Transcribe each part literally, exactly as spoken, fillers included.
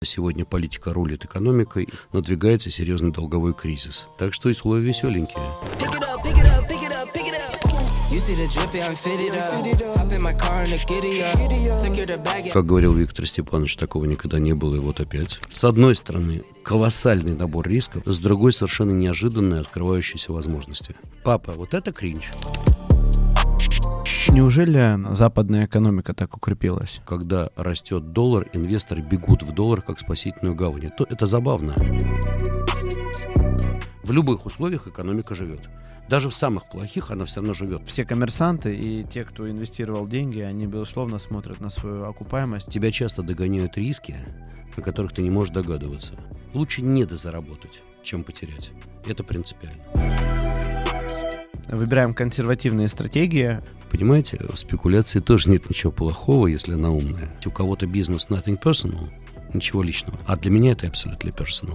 Сегодня политика рулит экономикой, надвигается серьезный долговой кризис. Так что и условия веселенькие. Как говорил Виктор Степанович, такого никогда не было, и вот опять. С одной стороны, колоссальный набор рисков, с другой, совершенно неожиданные открывающиеся возможности. Папа, вот это кринж. Неужели западная экономика так укрепилась? Когда растет доллар, инвесторы бегут в доллар как в спасительную гавань. То это забавно. В любых условиях экономика живет. Даже в самых плохих она все равно живет. Все коммерсанты и те, кто инвестировал деньги, они, безусловно, смотрят на свою окупаемость. Тебя часто догоняют риски, о которых ты не можешь догадываться. Лучше недозаработать, чем потерять. Это принципиально. Выбираем консервативные стратегии. Понимаете, в спекуляции тоже нет ничего плохого, если она умная. У кого-то бизнес nothing personal, ничего личного. А для меня это absolutely personal.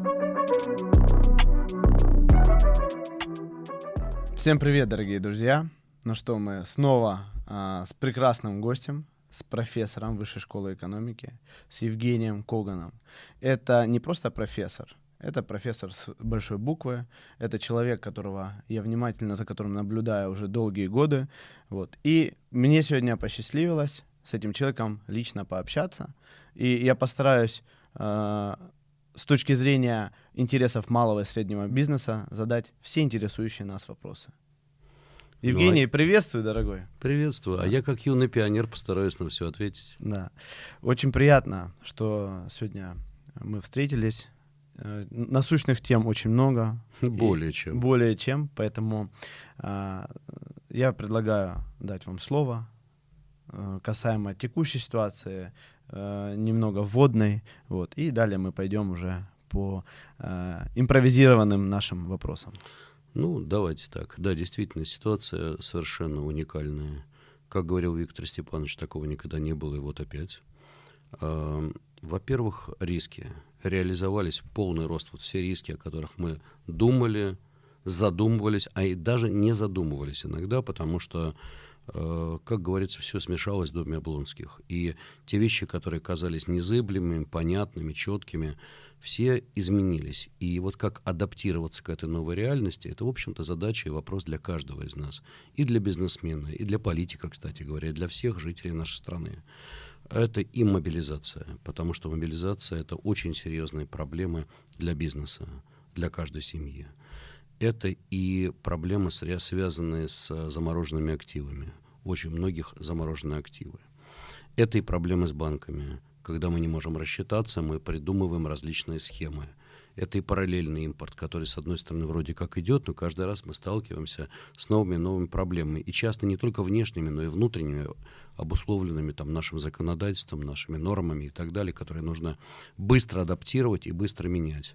Всем привет, дорогие друзья. Ну что, мы снова а, с прекрасным гостем, с профессором Высшей школы экономики, с Евгением Коганом. Это не просто профессор. Это профессор с большой буквы, это человек, которого я внимательно за которым наблюдаю уже долгие годы. Вот. И мне сегодня посчастливилось с этим человеком лично пообщаться. И я постараюсь э, с точки зрения интересов малого и среднего бизнеса задать все интересующие нас вопросы. Евгений, ну, а... приветствую, дорогой. Приветствую. А я, как юный пионер, постараюсь на все ответить. Да. Очень приятно, что сегодня мы встретились. Насущных тем очень много. Более чем. Более чем. Поэтому э, я предлагаю дать вам слово э, касаемо текущей ситуации, э, немного вводной. Вот, и далее мы пойдем уже по э, импровизированным нашим вопросам. Ну, давайте так. Да, действительно, ситуация совершенно уникальная. Как говорил Виктор Степанович, такого никогда не было, и вот опять. Э, во-первых, риски. Реализовались в полный рост вот все риски, о которых мы думали, задумывались, а и даже не задумывались иногда, потому что, э, как говорится, все смешалось в доме Облонских. И те вещи, которые казались незыблемыми, понятными, четкими, все изменились. И вот как адаптироваться к этой новой реальности, это, в общем-то, задача и вопрос для каждого из нас. И для бизнесмена, и для политика, кстати говоря, и для всех жителей нашей страны. Это и мобилизация, потому что мобилизация — это очень серьезные проблемы для бизнеса, для каждой семьи. Это и проблемы, связанные с замороженными активами. У очень многих заморожены активы. Это и проблемы с банками. Когда мы не можем рассчитаться, мы придумываем различные схемы. Это и параллельный импорт, который, с одной стороны, вроде как идет, но каждый раз мы сталкиваемся с новыми и новыми проблемами. И часто не только внешними, но и внутренними, обусловленными там, нашим законодательством, нашими нормами и так далее, которые нужно быстро адаптировать и быстро менять.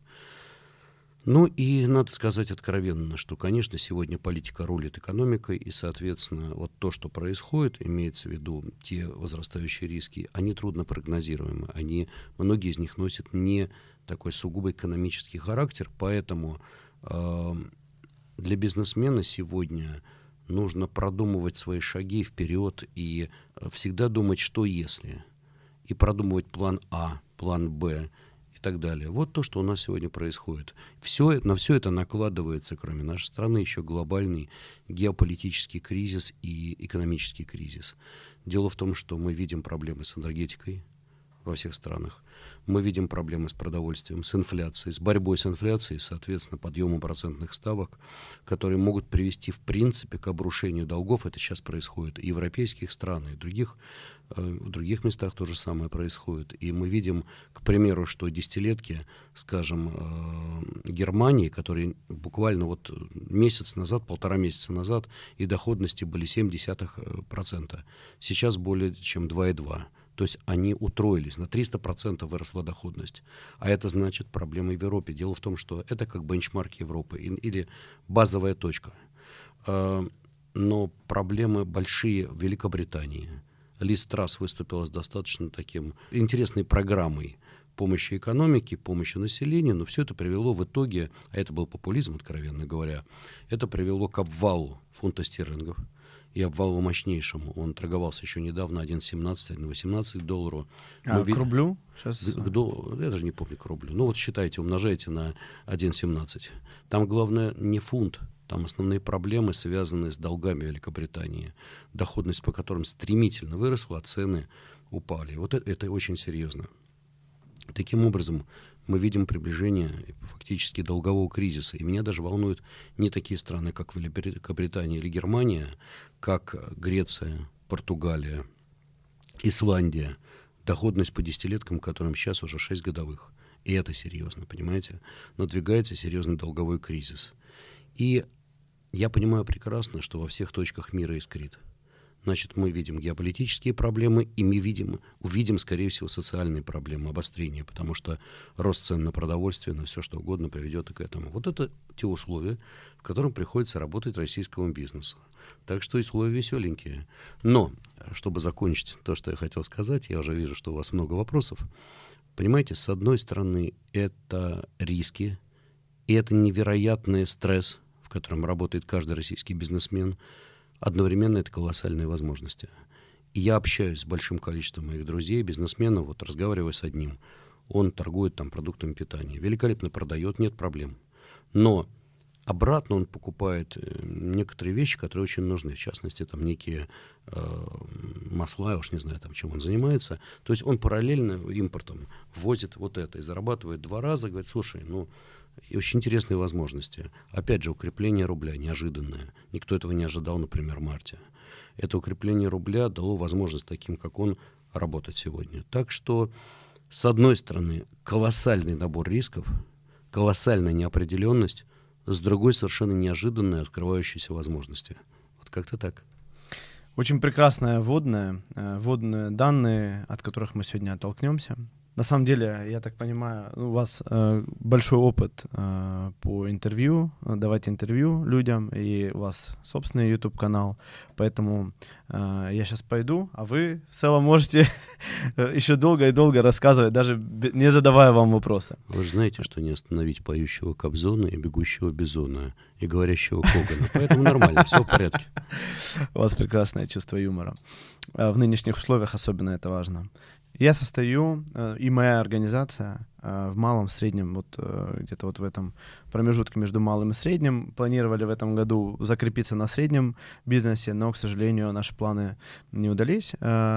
Ну и надо сказать откровенно, что, конечно, сегодня политика рулит экономикой, и, соответственно, вот то, что происходит, имеется в виду те возрастающие риски, они трудно прогнозируемы. Они, многие из них носят не такой сугубо экономический характер, поэтому э, для бизнесмена сегодня нужно продумывать свои шаги вперед и всегда думать, что если, и продумывать план А, план Б и так далее. Вот то, что у нас сегодня происходит. Все, на все это накладывается, кроме нашей страны, еще глобальный геополитический кризис и экономический кризис. Дело в том, что мы видим проблемы с энергетикой во всех странах. Мы видим проблемы с продовольствием, с инфляцией, с борьбой с инфляцией, соответственно, подъемом процентных ставок, которые могут привести, в принципе, к обрушению долгов. Это сейчас происходит и в европейских странах, и в других, э, в других местах то же самое происходит. И мы видим, к примеру, что десятилетки, скажем, э, Германии, которые буквально вот месяц назад, полтора месяца назад, и доходности были семь десятых процента. Сейчас более чем два и два десятых. То есть они утроились, на триста процентов выросла доходность. А это значит проблемы в Европе. Дело в том, что это как бенчмарк Европы или базовая точка. Но проблемы большие в Великобритании. Лиз Трасс выступила с достаточно таким интересной программой помощи экономике, помощи населению, но все это привело в итоге, а это был популизм, откровенно говоря, это привело к обвалу фунта стерлингов. и обвалу мощнейшему. Он торговался еще недавно один семнадцать, один восемнадцать долларов. А, ви... к рублю? Сейчас... К, к дол... Я даже не помню, к рублю. Ну вот считайте, умножайте на один семнадцать. Там главное не фунт. Там основные проблемы, связанные с долгами Великобритании, доходность по которым стремительно выросла, а цены упали. Вот это, это очень серьезно. Таким образом, мы видим приближение фактически долгового кризиса. И меня даже волнуют не такие страны, как Великобритания или Германия, как Греция, Португалия, Исландия. Доходность по десятилеткам, которым сейчас уже шесть годовых. И это серьезно, понимаете? Надвигается серьезный долговой кризис. И я понимаю прекрасно, что во всех точках мира искрит. Значит, мы видим геополитические проблемы, и мы видим, увидим, скорее всего, социальные проблемы, обострения, потому что рост цен на продовольствие, на все что угодно приведет и к этому. Вот это те условия, в которых приходится работать российскому бизнесу. Так что условия веселенькие. Но, чтобы закончить то, что я хотел сказать, я уже вижу, что у вас много вопросов. Понимаете, с одной стороны, это риски, и это невероятный стресс, в котором работает каждый российский бизнесмен. Одновременно это колоссальные возможности. И я общаюсь с большим количеством моих друзей, бизнесменов, вот разговариваю с одним. Он торгует там продуктами питания. Великолепно продает, нет проблем. Но обратно он покупает некоторые вещи, которые очень нужны. В частности, там некие э, масла, я уж не знаю, там, чем он занимается. То есть он параллельно импортом возит вот это и зарабатывает два раза. Говорит, слушай, ну... И очень интересные возможности. Опять же, укрепление рубля неожиданное. Никто этого не ожидал, например, в марте. Это укрепление рубля дало возможность таким, как он, работать сегодня. Так что, с одной стороны, колоссальный набор рисков, колоссальная неопределенность, с другой, совершенно неожиданные открывающиеся возможности. Вот как-то так. Очень прекрасная вводная, вводные данные, от которых мы сегодня оттолкнемся. На самом деле, я так понимаю, у вас э, большой опыт э, по интервью, давать интервью людям, и у вас собственный YouTube-канал, поэтому э, я сейчас пойду, а вы в целом можете еще долго и долго рассказывать, даже не задавая вам вопросы. Вы же знаете, что не остановить поющего Кобзона и бегущего Бизона, и говорящего Когана, поэтому нормально, все в порядке. У вас прекрасное чувство юмора. В нынешних условиях особенно это важно. Я состою, и моя организация в малом, среднем, вот где-то вот в этом промежутке между малым и средним. Планировали в этом году закрепиться на среднем бизнесе, но, к сожалению, наши планы не удались.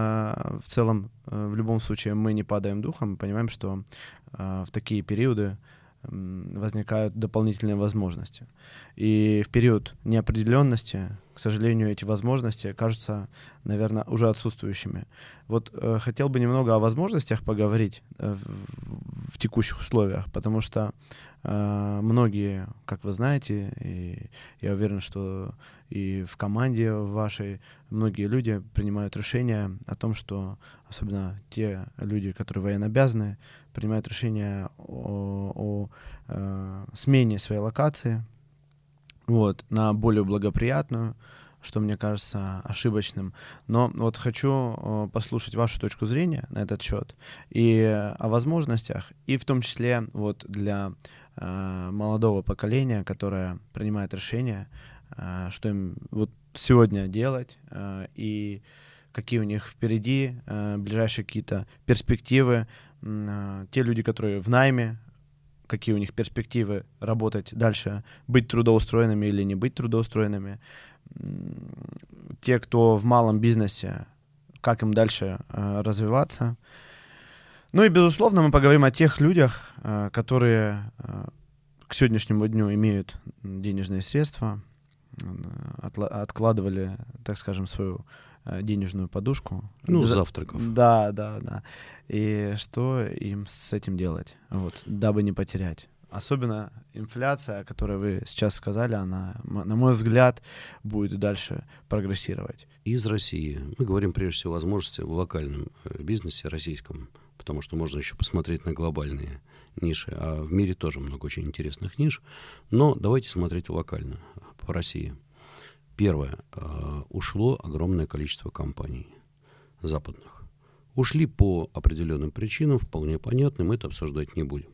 В целом, в любом случае, мы не падаем духом, понимаем, что в такие периоды возникают дополнительные возможности. И в период неопределенности, к сожалению, эти возможности кажутся, наверное, уже отсутствующими. Вот э, хотел бы немного о возможностях поговорить э, в, в текущих условиях, потому что э, многие, как вы знаете, и я уверен, что и в команде вашей многие люди принимают решения о том, что, особенно те люди, которые военнообязаны, принимают решение о, о э, смене своей локации, вот, на более благоприятную, что мне кажется ошибочным. Но вот хочу э, послушать вашу точку зрения на этот счет и о возможностях, и в том числе вот для э, молодого поколения, которое принимает решение, э, что им вот сегодня делать, э, и какие у них впереди э, ближайшие какие-то перспективы, э, те люди, которые в найме, какие у них перспективы работать дальше, быть трудоустроенными или не быть трудоустроенными, те, кто в малом бизнесе, как им дальше э, развиваться. Ну и, безусловно, мы поговорим о тех людях, э, которые э, к сегодняшнему дню имеют денежные средства, э, отла- откладывали, так скажем, свою э, денежную подушку. Ну, Без... завтраков. Да, да, да. И что им с этим делать, вот, дабы не потерять. Особенно инфляция, о которой вы сейчас сказали, она, на мой взгляд, будет дальше прогрессировать. Из России. Мы говорим прежде всего о возможности в локальном бизнесе российском, потому что можно еще посмотреть на глобальные ниши, а в мире тоже много очень интересных ниш. Но давайте смотреть локально, по России. Первое. Ушло огромное количество компаний западных. Ушли по определенным причинам, вполне понятным, мы это обсуждать не будем.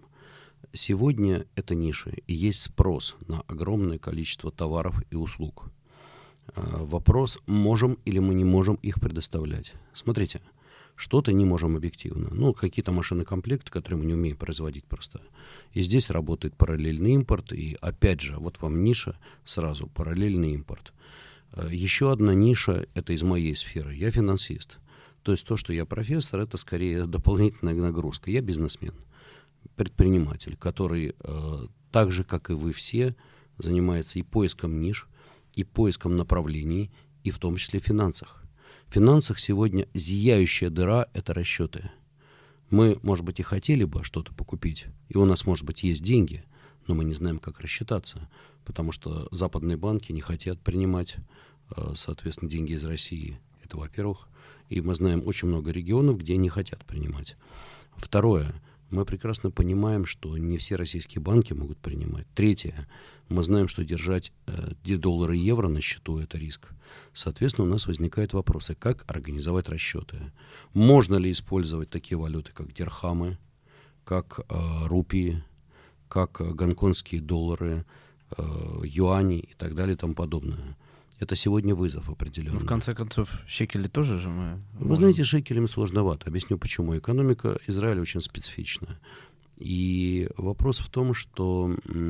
Сегодня это ниши, и есть спрос на огромное количество товаров и услуг. Вопрос, можем или мы не можем их предоставлять. Смотрите, что-то не можем объективно. Ну, какие-то машинокомплекты, которые мы не умеем производить просто. И здесь работает параллельный импорт. И опять же, вот вам ниша сразу, параллельный импорт. Еще одна ниша, это из моей сферы. Я финансист. То есть то, что я профессор, это скорее дополнительная нагрузка. Я бизнесмен, предприниматель, который так же, как и вы все, занимается и поиском ниш, и поиском направлений, и в том числе в финансах. В финансах сегодня зияющая дыра — это расчеты. Мы, может быть, и хотели бы что-то покупить, и у нас, может быть, есть деньги, но мы не знаем, как рассчитаться, потому что западные банки не хотят принимать, соответственно, деньги из России. Это, во-первых. И мы знаем очень много регионов, где не хотят принимать. Второе. Мы прекрасно понимаем, что не все российские банки могут принимать. Третье. Мы знаем, что держать э, доллары и евро на счету — это риск. Соответственно, у нас возникают вопросы, как организовать расчеты. Можно ли использовать такие валюты, как дирхамы, как э, рупии, как э, гонконгские доллары, э, юани и так далее и тому подобное. Это сегодня вызов определенный. Ну, в конце концов, шекели тоже же мы Вы можем... знаете, шекелями сложновато. Объясню почему. Экономика Израиля очень специфична. И вопрос в том, что,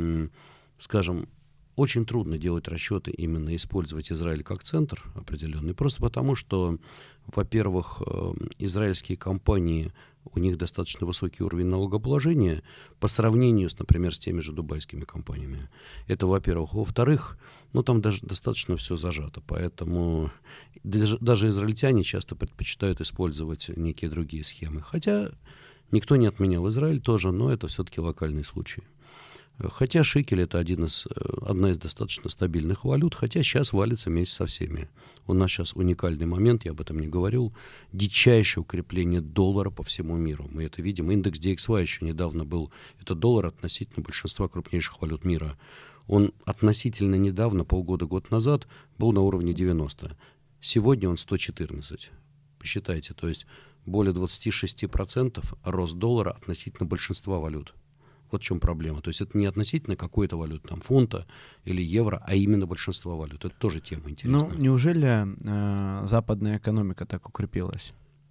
скажем, очень трудно делать расчеты, именно использовать Израиль как центр определенный, просто потому что, во-первых, израильские компании, у них достаточно высокий уровень налогообложения по сравнению, с, например, с теми же дубайскими компаниями. Это, во-первых. Во-вторых, ну, там даже достаточно все зажато, поэтому даже, даже израильтяне часто предпочитают использовать некие другие схемы. Хотя никто не отменял Израиль тоже, но это все-таки локальные случаи. Хотя шекель — это один из, одна из достаточно стабильных валют, хотя сейчас валится вместе со всеми. У нас сейчас уникальный момент, я об этом не говорил, дичайшее укрепление доллара по всему миру. Мы это видим. Индекс ди экс уай еще недавно был, это доллар относительно большинства крупнейших валют мира. Он относительно недавно, полгода-год назад, был на уровне девяносто. Сегодня он сто четырнадцать. Посчитайте, то есть более двадцать шесть процентов рост доллара относительно большинства валют. Вот в чем проблема. То есть это не относительно какой-то валюты, там, фунта или евро, а именно большинства валют. Это тоже тема интересная. Ну, неужели э, западная экономика так укрепилась?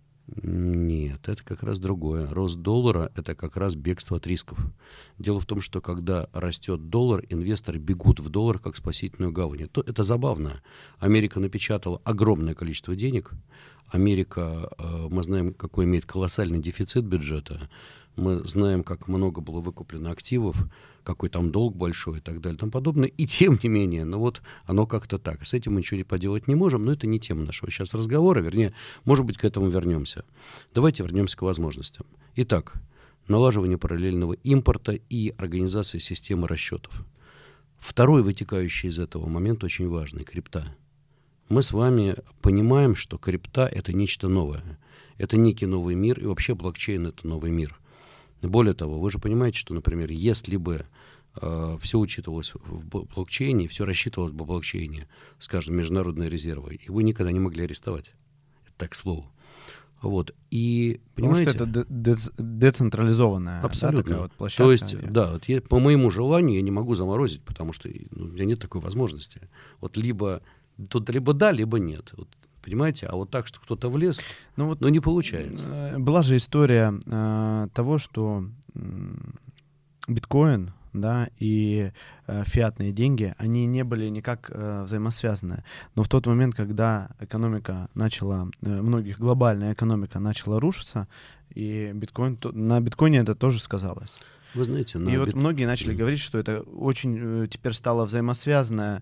Нет, это как раз другое. Рост доллара — это как раз бегство от рисков. Дело в том, что когда растет доллар, инвесторы бегут в доллар как в спасительную гавань. Это, это забавно. Америка напечатала огромное количество денег. Америка, э, мы знаем, какой имеет колоссальный дефицит бюджета. Мы знаем, как много было выкуплено активов, какой там долг большой и так далее и тому подобное. И тем не менее, ну вот оно как-то так. С этим мы ничего поделать не можем, но это не тема нашего сейчас разговора. Вернее, может быть, к этому вернемся. Давайте вернемся к возможностям. Итак, налаживание параллельного импорта и организация системы расчетов. Второй, вытекающий из этого момент, очень важный — крипта. Мы с вами понимаем, что крипта — это нечто новое. Это некий новый мир, и вообще блокчейн — это новый мир. Более того, вы же понимаете, что, например, если бы э, все учитывалось в блокчейне, все рассчитывалось бы в блокчейне, скажем, международные резервы, и вы никогда не могли арестовать. Это так, к слову. Вот. И, понимаете, потому что это де- децентрализованная, абсолютно. Да, такая вот площадка. То есть, да, вот я, по моему желанию я не могу заморозить, потому что ну, у меня нет такой возможности. Вот либо тут либо да, либо нет. Вот. Понимаете, а вот так, что кто-то влез, ну, вот, ну не получается. Была же история э, того, что э, биткоин, да, и э, фиатные деньги, они не были никак э, взаимосвязаны. Но в тот момент, когда экономика начала, э, многих глобальная экономика начала рушиться, и биткоин, то, на биткоине это тоже сказалось. Вы знаете, и вот бит... многие начали mm. говорить, что это очень теперь стало взаимосвязано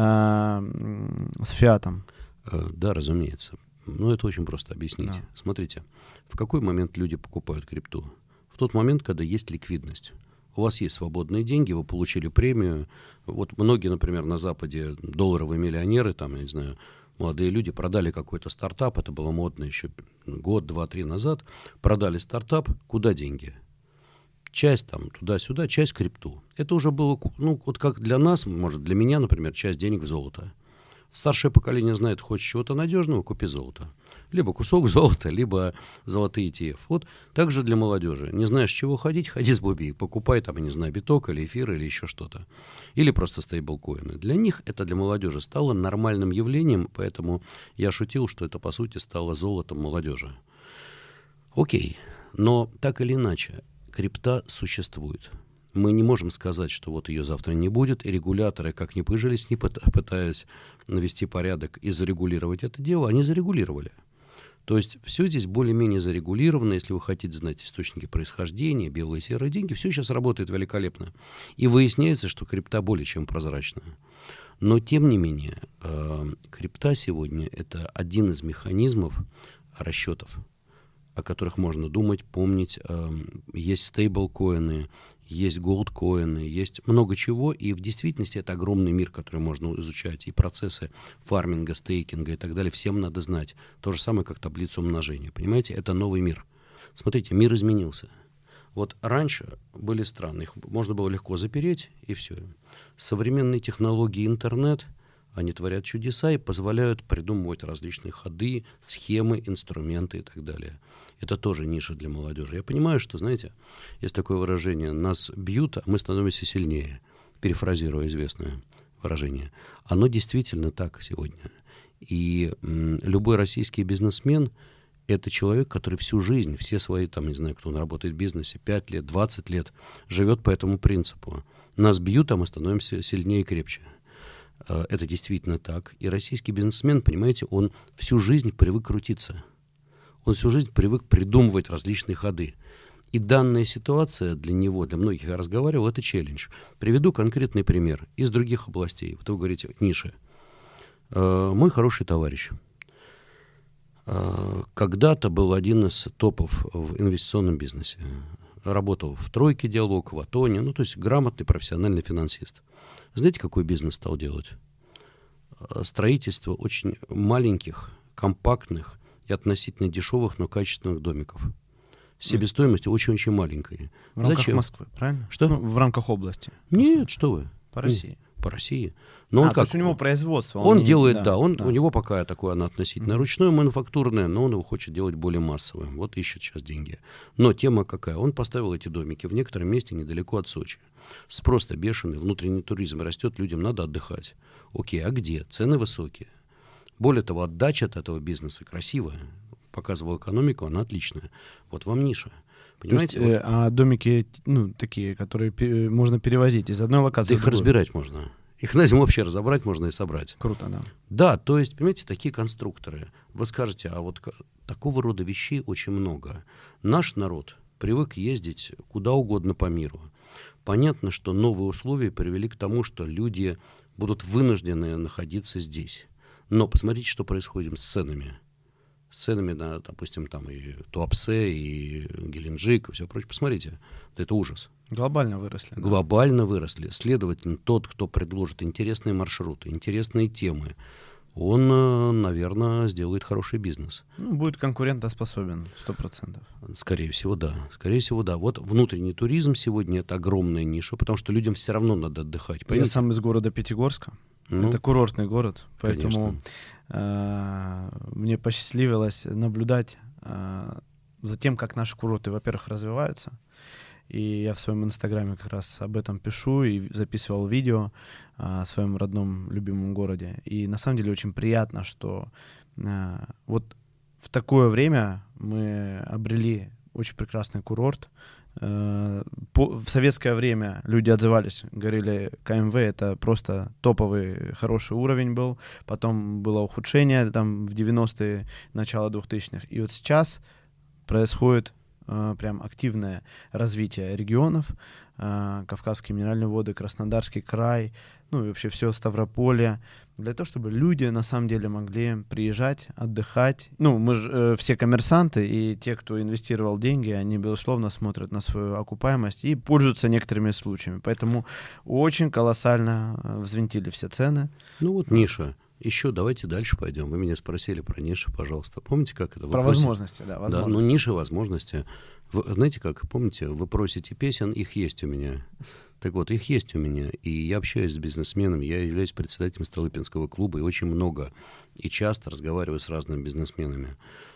э, с фиатом. Да, разумеется. Но это очень просто объяснить. Да. Смотрите, в какой момент люди покупают крипту? В тот момент, когда есть ликвидность. У вас есть свободные деньги, вы получили премию. Вот многие, например, на Западе долларовые миллионеры, там, я не знаю, молодые люди продали какой-то стартап, это было модно еще год, два, три назад, продали стартап, куда деньги? Часть там туда-сюда, часть в крипту. Это уже было, ну, вот как для нас, может, для меня, например, часть денег в золото. Старшее поколение знает, хочешь чего-то надежного, купи золото. Либо кусок золота, либо золотые и ти эф. Вот так же для молодежи. Не знаешь, с чего ходить, ходи с Боби, покупай там, я не знаю, биток или эфир или еще что-то. Или просто стейблкоины. Для них это, для молодежи, стало нормальным явлением, поэтому я шутил, что это, по сути, стало золотом молодежи. Окей, но так или иначе, крипта существует. Мы не можем сказать, что вот ее завтра не будет, и регуляторы, как ни пыжились, не пытаясь навести порядок и зарегулировать это дело, они зарегулировали. То есть все здесь более-менее зарегулировано, если вы хотите знать источники происхождения, белые и серые деньги, все сейчас работает великолепно. И выясняется, что крипта более чем прозрачна. Но тем не менее, э, крипта сегодня это один из механизмов расчетов, о которых можно думать, помнить. Э, есть стейблкоины, есть голдкоины, есть много чего, и в действительности это огромный мир, который можно изучать, и процессы фарминга, стейкинга и так далее, всем надо знать. То же самое, как таблицу умножения, понимаете, это новый мир. Смотрите, мир изменился. Вот раньше были страны, их можно было легко запереть, и все. Современные технологии интернет, они творят чудеса и позволяют придумывать различные ходы, схемы, инструменты и так далее. Это тоже ниша для молодежи. Я понимаю, что, знаете, есть такое выражение: нас бьют, а мы становимся сильнее, перефразируя известное выражение. Оно действительно так сегодня. И м, любой российский бизнесмен — это человек, который всю жизнь, все свои, там, не знаю, кто он работает в бизнесе, пять лет, двадцать лет, живет по этому принципу. Нас бьют, а мы становимся сильнее и крепче. Это действительно так. И российский бизнесмен, понимаете, он всю жизнь привык крутиться. Он всю жизнь привык придумывать различные ходы. И данная ситуация для него, для многих, я разговаривал, это челлендж. Приведу конкретный пример из других областей. Вот вы говорите, ниши. Мой хороший товарищ когда-то был один из топов в инвестиционном бизнесе. Работал в «Тройке», «Диалог», в «Атоне». Ну, то есть грамотный профессиональный финансист. Знаете, какой бизнес стал делать? Строительство очень маленьких, компактных и относительно дешевых, но качественных домиков. С себестоимостью очень-очень маленькой. В рамках Зачем? Москвы, правильно? Что? Ну, в рамках области. Нет, что вы. По России. По России. Но а, он то как? есть у него производство. Он, он не... делает, да, да, он, да. у него пока такое оно относительно mm-hmm. ручное, мануфактурное, но он его хочет делать более массовым. Вот ищет сейчас деньги. Но тема какая? Он поставил эти домики в некотором месте недалеко от Сочи. Спрос-то бешеный, внутренний туризм растет, людям надо отдыхать. Окей, а где? Цены высокие. Более того, отдача от этого бизнеса красивая. Показывала экономику, она отличная. Вот вам ниша. Понимаете? То есть, вот... А домики, ну, такие, которые пе- можно перевозить из одной локации да в их другую? Разбирать можно. Их на зиму вообще разобрать можно и собрать. Круто, да. Да, то есть, понимаете, такие конструкторы. Вы скажете, а вот такого рода вещей очень много. Наш народ привык ездить куда угодно по миру. Понятно, что новые условия привели к тому, что люди будут вынуждены находиться здесь. Но посмотрите, что происходит с ценами. С ценами, на, допустим, там и Туапсе, и Геленджик, и все прочее. Посмотрите, это ужас. Глобально выросли. Да. Глобально выросли. Следовательно, тот, кто предложит интересные маршруты, интересные темы, он, наверное, сделает хороший бизнес. Ну, будет конкурентоспособен, сто процентов. Скорее всего, да. Скорее всего, да. Вот внутренний туризм сегодня — это огромная ниша, потому что людям все равно надо отдыхать. Понимаете? Я сам из города Пятигорска. Ну, это курортный город, поэтому э, мне посчастливилось наблюдать э, за тем, как наши курорты, во-первых, развиваются. И я в своем инстаграме как раз об этом пишу и записывал видео о своем родном любимом городе. И на самом деле очень приятно, что э, вот в такое время мы обрели очень прекрасный курорт. Э, по, в советское время люди отзывались, говорили, КМВ — это просто топовый, хороший уровень был. Потом было ухудшение там в девяностые, начало двухтысячных. И вот сейчас происходит прям активное развитие регионов, Кавказские минеральные воды, Краснодарский край, ну и вообще все Ставрополье, для того, чтобы люди на самом деле могли приезжать, отдыхать. Ну, мы же э, все коммерсанты, и те, кто инвестировал деньги, они, безусловно, смотрят на свою окупаемость и пользуются некоторыми случаями. Поэтому очень колоссально взвинтили все цены. Ну вот ниша. Еще давайте дальше пойдем. Вы меня спросили про ниши, пожалуйста. Помните, как это? Вы про просите... возможности, да, возможности. Да, ну ниши, возможности. Вы, знаете как, помните, вы просите песен, их есть у меня. Так вот, их есть у меня. И я общаюсь с бизнесменами, я являюсь председателем Столыпинского клуба, и очень много и часто разговариваю с разными бизнесменами.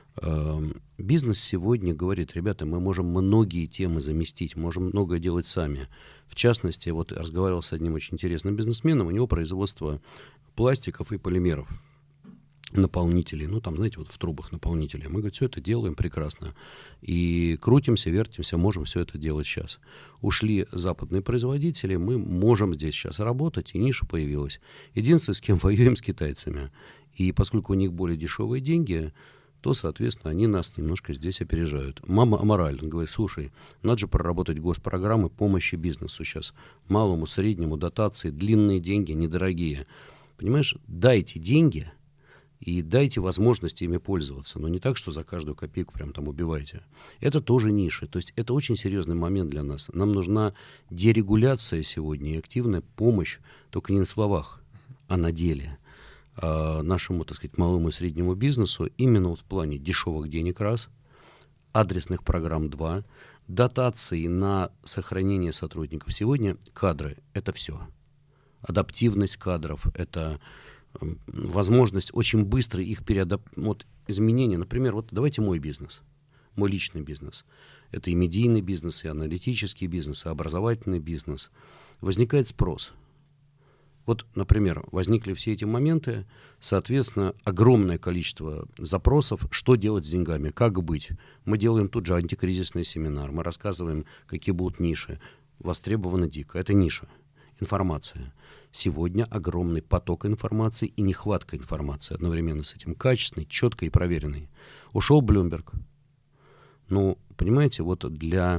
Бизнес сегодня говорит: ребята, мы можем многие темы заместить, можем многое делать сами. В частности, вот разговаривал с одним очень интересным бизнесменом, у него производство пластиков и полимеров, наполнителей, ну там, знаете, вот в трубах наполнителей. Мы, говорит, все это делаем прекрасно. И крутимся, вертимся, можем все это делать сейчас. Ушли западные производители, мы можем здесь сейчас работать, и ниша появилась. Единственное, с кем воюем, с китайцами. И поскольку у них более дешевые деньги, то, соответственно, они нас немножко здесь опережают. Мама Амораль, он говорит: слушай, надо же проработать госпрограммы помощи бизнесу сейчас. Малому, среднему, дотации, длинные деньги, недорогие. Понимаешь, дайте деньги и дайте возможность ими пользоваться. Но не так, что за каждую копейку прям там убивайте. Это тоже ниша. То есть это очень серьезный момент для нас. Нам нужна дерегуляция сегодня и активная помощь, только не на словах, а на деле. А нашему, так сказать, малому и среднему бизнесу именно вот в плане дешевых денег раз, адресных программ два, дотации на сохранение сотрудников. Сегодня кадры — это все. Адаптивность кадров — это возможность очень быстро их переадаптировать. Вот изменения, например, вот давайте мой бизнес, мой личный бизнес. Это и медийный бизнес, и аналитический бизнес, и образовательный бизнес. Возникает спрос. Вот, например, возникли все эти моменты, соответственно, огромное количество запросов, что делать с деньгами, как быть. Мы делаем тут же антикризисный семинар, мы рассказываем, какие будут ниши. Востребовано дико. Это ниша. Информация. Сегодня огромный поток информации и нехватка информации одновременно с этим. Качественный, четкий и проверенный. Ушел Bloomberg. Ну, понимаете, вот для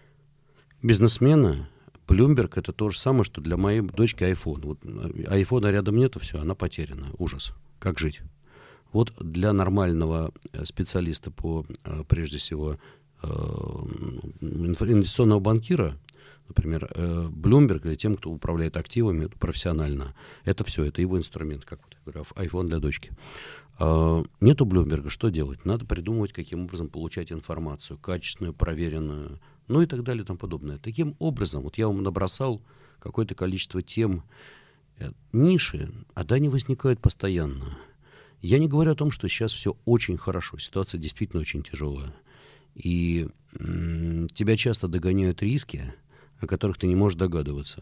бизнесмена Bloomberg — это то же самое, что для моей дочки iPhone. Вот айфона рядом нету, все, она потеряна. Ужас. Как жить? Вот для нормального специалиста по, прежде всего, инвестиционного банкира, например, Bloomberg, или тем, кто управляет активами профессионально, это все, это его инструмент, как вот я говорю, iPhone для дочки. Нету Bloomberg, что делать? Надо придумывать, каким образом получать информацию, качественную, проверенную, ну и так далее и тому подобное. Таким образом, вот я вам набросал какое-то количество тем, ниши, а да, они возникают постоянно. Я не говорю о том, что сейчас все очень хорошо, ситуация действительно очень тяжелая. И м- тебя часто догоняют риски, о которых ты не можешь догадываться,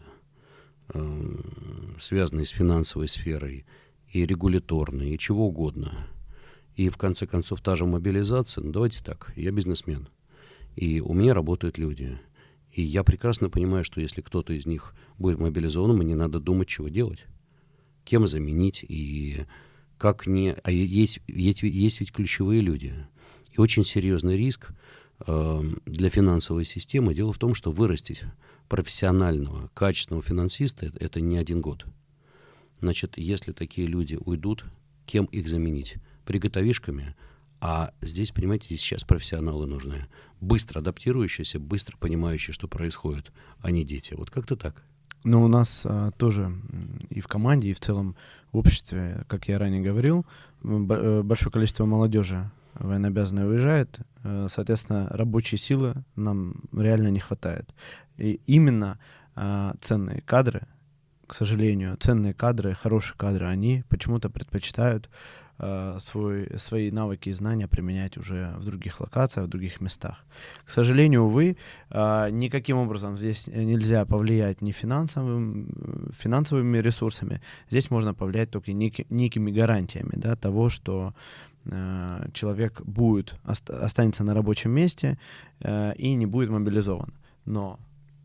э- связанные с финансовой сферой, и регуляторной, и чего угодно. И в конце концов та же мобилизация, ну давайте так, я бизнесмен, и у меня работают люди. И я прекрасно понимаю, что если кто-то из них будет мобилизован, мне надо думать, чего делать, кем заменить и как не... А есть, есть, есть ведь ключевые люди. И очень серьезный риск э, для финансовой системы. Дело в том, что вырастить профессионального, качественного финансиста — это не один год. Значит, если такие люди уйдут, кем их заменить? Приготовишками. А здесь, понимаете, сейчас профессионалы нужны. Быстро адаптирующиеся, быстро понимающие, что происходит, а не дети. Вот как-то так. Но у нас а, тоже и в команде, и в целом в обществе, как я ранее говорил, большое количество молодежи военнообязанной уезжает. Соответственно, рабочей силы нам реально не хватает. И именно а, ценные кадры, к сожалению, ценные кадры, хорошие кадры, они почему-то предпочитают э, свой, свои навыки и знания применять уже в других локациях, в других местах. К сожалению, увы, э, никаким образом здесь нельзя повлиять ни финансовым, финансовыми ресурсами. Здесь можно повлиять только нек- некими гарантиями, да, того, что э, человек будет, ост- останется на рабочем месте э, и не будет мобилизован. Но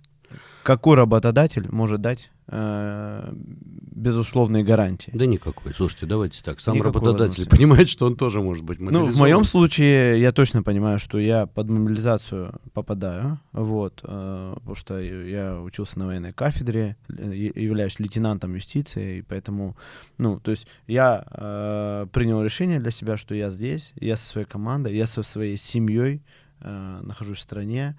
какой работодатель может дать э, безусловные гарантии? Да никакой. Слушайте, давайте так. Сам Никакой работодатель понимает, что он тоже может быть мобилизован. Ну, в моем случае я точно понимаю, что я под мобилизацию попадаю, вот, э, потому что я учился на военной кафедре, являюсь лейтенантом юстиции, и поэтому, ну, то есть я э, принял решение для себя, что я здесь, я со своей командой, я со своей семьей э, нахожусь в стране,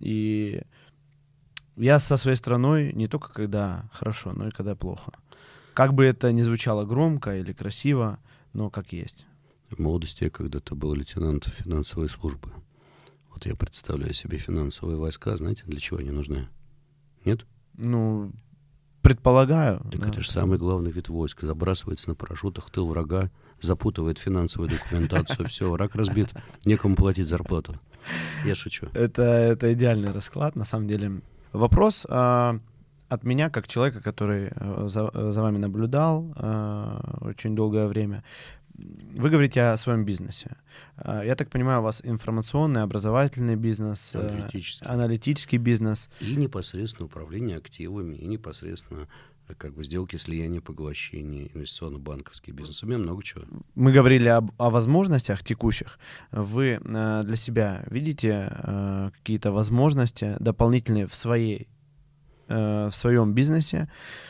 и я со своей страной не только когда хорошо, но и когда плохо. Как бы это ни звучало громко или красиво, но как есть. В молодости я когда-то был лейтенантом финансовой службы. Вот я представляю себе финансовые войска, знаете, для чего они нужны? Нет? Ну, предполагаю. Так да. это же самый главный вид войск. Забрасывается на парашютах в тыл врага, запутывает финансовую документацию, все, враг разбит, некому платить зарплату. Я шучу. Это, это идеальный расклад, на самом деле. Вопрос а, от меня, как человека, который за, за вами наблюдал а, очень долгое время. Вы говорите о своем бизнесе. А, я так понимаю, у вас информационный, образовательный бизнес, Аналитический. аналитический бизнес. И непосредственно управление активами, и непосредственно как бы сделки, слияния, поглощения, инвестиционно-банковский бизнес. У меня много чего. Мы говорили об, о возможностях текущих. Вы э, для себя видите э, какие-то возможности дополнительные в своей, э, в своем бизнесе?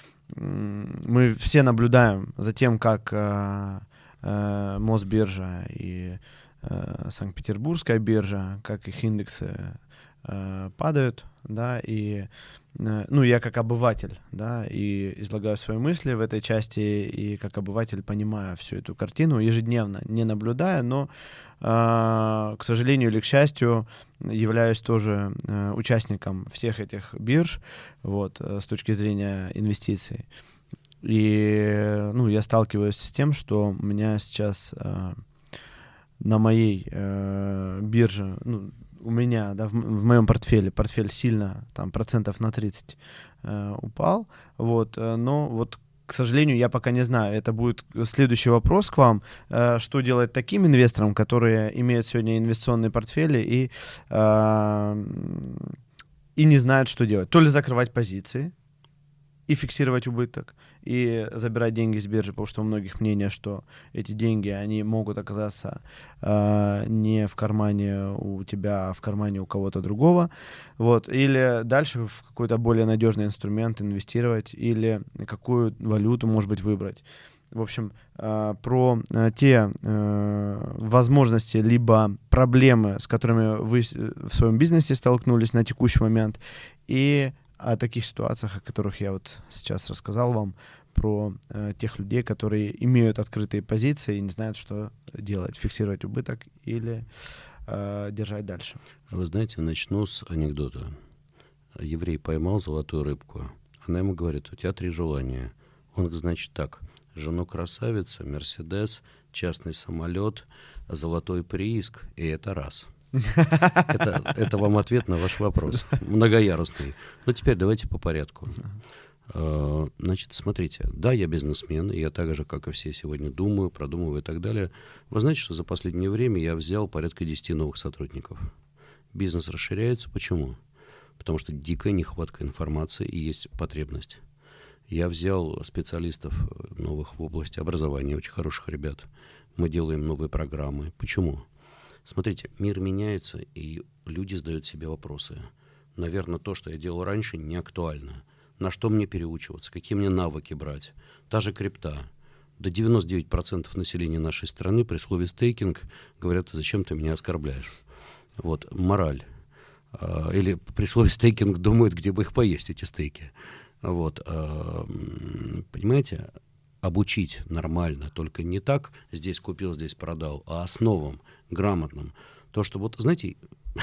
Мы все наблюдаем за тем, как э, э, Мосбиржа и э, Санкт-Петербургская биржа, как их индексы э, падают, да, и ну, я как обыватель, да, и излагаю свои мысли в этой части, и как обыватель понимаю всю эту картину, ежедневно не наблюдая, но, э, к сожалению или к счастью, являюсь тоже э, участником всех этих бирж, вот, э, с точки зрения инвестиций. И, ну, я сталкиваюсь с тем, что у меня сейчас э, на моей э, бирже, ну, у меня, да, в, в моем портфеле, портфель сильно, там, процентов на тридцать э, упал, вот, э, но вот, к сожалению, я пока не знаю, это будет следующий вопрос к вам, э, что делать таким инвесторам, которые имеют сегодня инвестиционные портфели и, э, и не знают, что делать, то ли закрывать позиции и фиксировать убыток, и забирать деньги с биржи, потому что у многих мнение, что эти деньги, они могут оказаться э, не в кармане у тебя, а в кармане у кого-то другого, вот, или дальше в какой-то более надежный инструмент инвестировать, или какую валюту, может быть, выбрать. В общем, э, про э, те э, возможности либо проблемы, с которыми вы в своем бизнесе столкнулись на текущий момент, и о таких ситуациях, о которых я вот сейчас рассказал вам, про э, тех людей, которые имеют открытые позиции и не знают, что делать, фиксировать убыток или э, держать дальше. Вы знаете, начну с анекдота. Еврей поймал золотую рыбку. Она ему говорит: у тебя три желания. Он говорит: значит так, жену красавица, Мерседес, частный самолет, золотой прииск, и это раз. Это, это вам ответ на ваш вопрос. Многоярусный. Ну, теперь давайте по порядку. Значит, смотрите, да, я бизнесмен, и я так же, как и все, сегодня думаю, продумываю и так далее. Вы знаете, что за последнее время я взял порядка десяти новых сотрудников. Бизнес расширяется. Почему? Потому что дикая нехватка информации и есть потребность. Я взял специалистов новых в области образования, очень хороших ребят. Мы делаем новые программы. Почему? Смотрите, мир меняется, и люди задают себе вопросы. Наверное, то, что я делал раньше, не актуально. На что мне переучиваться, какие мне навыки брать. Та же крипта. До девяносто девять процентов населения нашей страны при слове стейкинг говорят: зачем ты меня оскорбляешь? Вот, мораль. Или при слове стейкинг думают, где бы их поесть, эти стейки. Вот, понимаете, обучить нормально, только не так, здесь купил, здесь продал, а основам грамотным. То, что вот, знаете,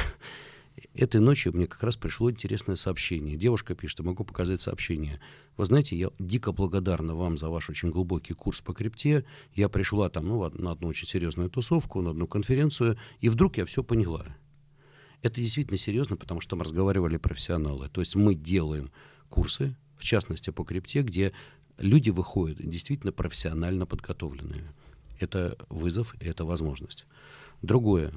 этой ночью мне как раз пришло интересное сообщение. Девушка пишет: могу показать сообщение. Вы знаете, я дико благодарна вам за ваш очень глубокий курс по крипте. Я пришла там, ну, на одну очень серьезную тусовку, на одну конференцию, и вдруг я все поняла. Это действительно серьезно, потому что там разговаривали профессионалы. То есть мы делаем курсы, в частности по крипте, где люди выходят действительно профессионально подготовленные. Это вызов, и это возможность. Другое.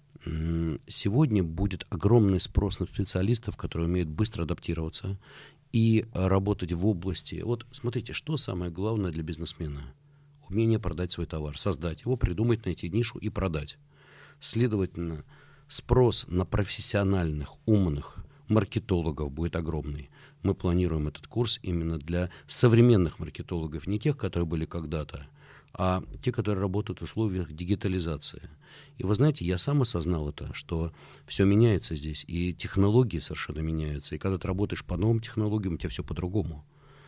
Сегодня будет огромный спрос на специалистов, которые умеют быстро адаптироваться и работать в области. Вот смотрите, что самое главное для бизнесмена? Умение продать свой товар, создать его, придумать, найти нишу и продать. Следовательно, спрос на профессиональных, умных маркетологов будет огромный. Мы планируем этот курс именно для современных маркетологов, не тех, которые были когда-то, а те, которые работают в условиях дигитализации. И вы знаете, я сам осознал это, что все меняется здесь, и технологии совершенно меняются. И когда ты работаешь по новым технологиям, у тебя все по-другому.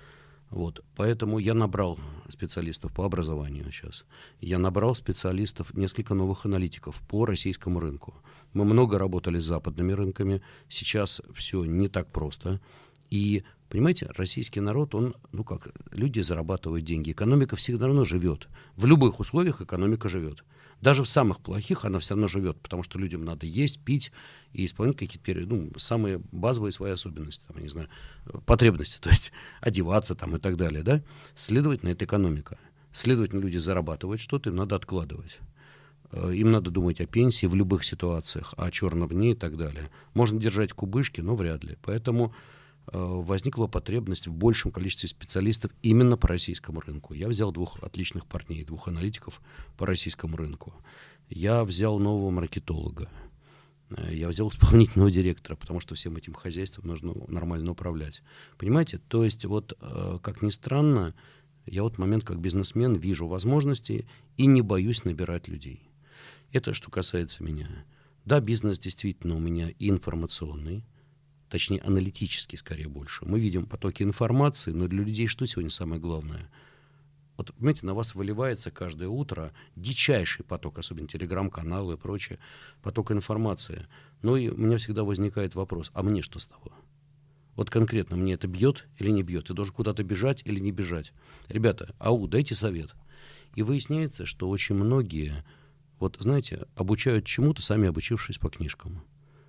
Вот. Поэтому я набрал специалистов по образованию сейчас. Я набрал специалистов, несколько новых аналитиков по российскому рынку. Мы много работали с западными рынками. Сейчас все не так просто. И, понимаете, российский народ, он, ну как, люди зарабатывают деньги. Экономика всегда равно живет. В любых условиях экономика живет. Даже в самых плохих она все равно живет, потому что людям надо есть, пить и исполнять какие-то, ну, самые базовые свои особенности, там, я не знаю, потребности, то есть одеваться там и так далее, да. Следовательно, это экономика. Следовательно, люди зарабатывают что-то, им надо откладывать. Им надо думать о пенсии в любых ситуациях, о черном дне и так далее. Можно держать кубышки, но вряд ли. Поэтому возникла потребность в большем количестве специалистов именно по российскому рынку. Я взял двух отличных парней, двух аналитиков по российскому рынку. Я взял нового маркетолога. Я взял исполнительного директора, потому что всем этим хозяйством нужно нормально управлять. Понимаете? То есть, вот, как ни странно, я вот в момент как бизнесмен вижу возможности и не боюсь набирать людей. Это что касается меня. Да, бизнес действительно у меня и информационный, точнее, аналитический скорее больше. Мы видим потоки информации, но для людей что сегодня самое главное? Вот, понимаете, на вас выливается каждое утро дичайший поток, особенно телеграм-каналы и прочее, поток информации. Ну и у меня всегда возникает вопрос, а мне что с того? Вот конкретно мне это бьет или не бьет? Ты должен куда-то бежать или не бежать? Ребята, ау, дайте совет. И выясняется, что очень многие, вот знаете, обучают чему-то, сами обучившись по книжкам.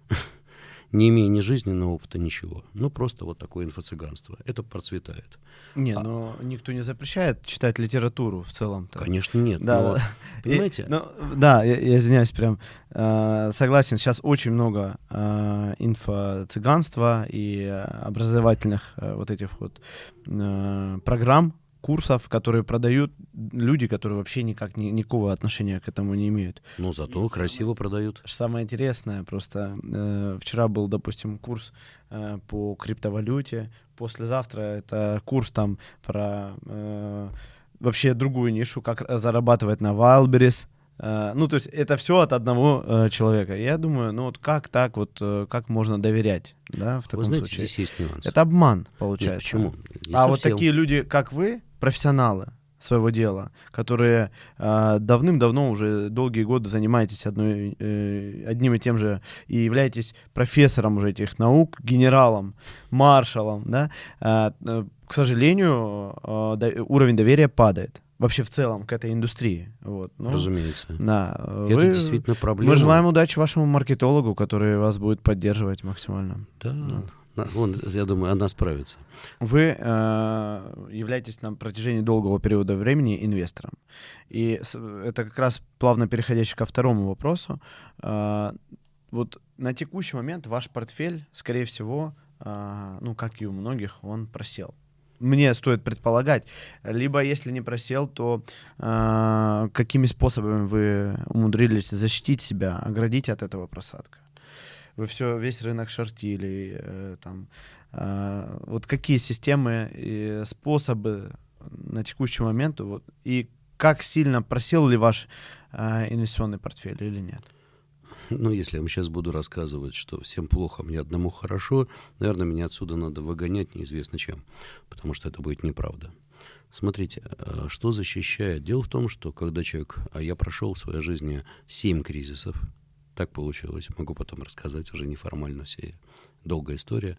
Не имея ни жизненного опыта, ничего. Ну, просто вот такое инфо-цыганство. Это процветает. Не, а, но никто не запрещает читать литературу в целом-то. Конечно, нет. Да, но, да. понимаете? И, ну, да, я, я извиняюсь, прям э, согласен. Сейчас очень много э, инфо-цыганства и образовательных э, вот этих вот э, программ, курсов, которые продают люди, которые вообще никак ни, никакого отношения к этому не имеют. Ну, зато и красиво продают. Самое интересное, просто э, вчера был, допустим, курс э, по криптовалюте, послезавтра это курс там про э, вообще другую нишу, как зарабатывать на Wildberries. Э, ну, то есть это все от одного э, человека. Я думаю, ну вот как так, вот э, как можно доверять, да, в таком Вы знаете, случае? здесь есть нюанс. Это обман, получается. Нет, почему? Не а совсем. вот такие люди, как вы, профессионалы своего дела, которые э, давным-давно уже долгие годы занимаетесь одной, э, одним и тем же и являетесь профессором уже этих наук, генералом, маршалом, да, э, э, к сожалению, э, до, уровень доверия падает. Вообще в целом к этой индустрии. Вот. Ну, разумеется. Да, это вы, действительно проблема. Мы желаем удачи вашему маркетологу, который вас будет поддерживать максимально. Да, ну. Он, я думаю, она справится. Вы э, являетесь на протяжении долгого периода времени инвестором. И с, это как раз плавно переходящий ко второму вопросу. Э, вот на текущий момент ваш портфель, скорее всего, э, ну, как и у многих, он просел. Мне стоит предполагать. Либо, если не просел, то э, какими способами вы умудрились защитить себя, оградить от этого просадка? Вы все, весь рынок шортили, э, там, э, вот какие системы и способы на текущий момент, вот, и как сильно просел ли ваш э, инвестиционный портфель или нет? Ну, если я вам сейчас буду рассказывать, что всем плохо, мне одному хорошо, наверное, меня отсюда надо выгонять неизвестно чем, потому что это будет неправда. Смотрите, что защищает? Дело в том, что когда человек, а я прошел в своей жизни семь кризисов, так получилось, могу потом рассказать, уже неформально, все долгая история,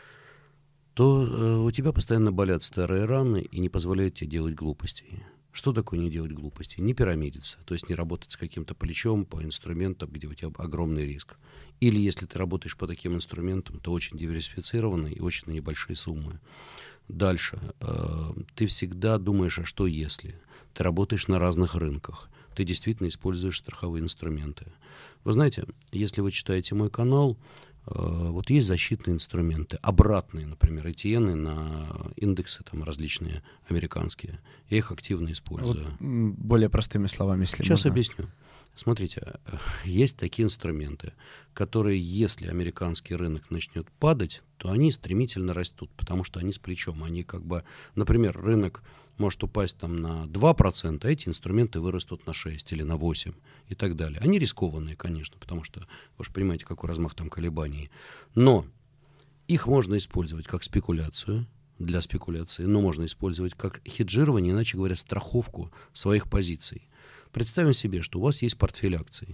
то э, у тебя постоянно болят старые раны и не позволяют тебе делать глупостей. Что такое не делать глупостей? Не пирамидиться, то есть не работать с каким-то плечом по инструментам, где у тебя огромный риск. Или если ты работаешь по таким инструментам, то очень диверсифицированно и очень на небольшие суммы. Дальше. Э, ты всегда думаешь, а что если? Ты работаешь на разных рынках. Ты действительно используешь страховые инструменты. Вы знаете, если вы читаете мой канал, э, вот есть защитные инструменты, обратные, например, и ти эн на индексы там различные американские. Я их активно использую. Вот, более простыми словами, если Сейчас можно. объясню. Смотрите, есть такие инструменты, которые, если американский рынок начнет падать, то они стремительно растут, потому что они с плечом. Они как бы, например, рынок может упасть там на два процента, а эти инструменты вырастут на шесть или на восемь и так далее. Они рискованные, конечно, потому что вы же понимаете, какой размах там колебаний. Но их можно использовать как спекуляцию, для спекуляции, но можно использовать как хеджирование, иначе говоря, страховку своих позиций. Представим себе, что у вас есть портфель акций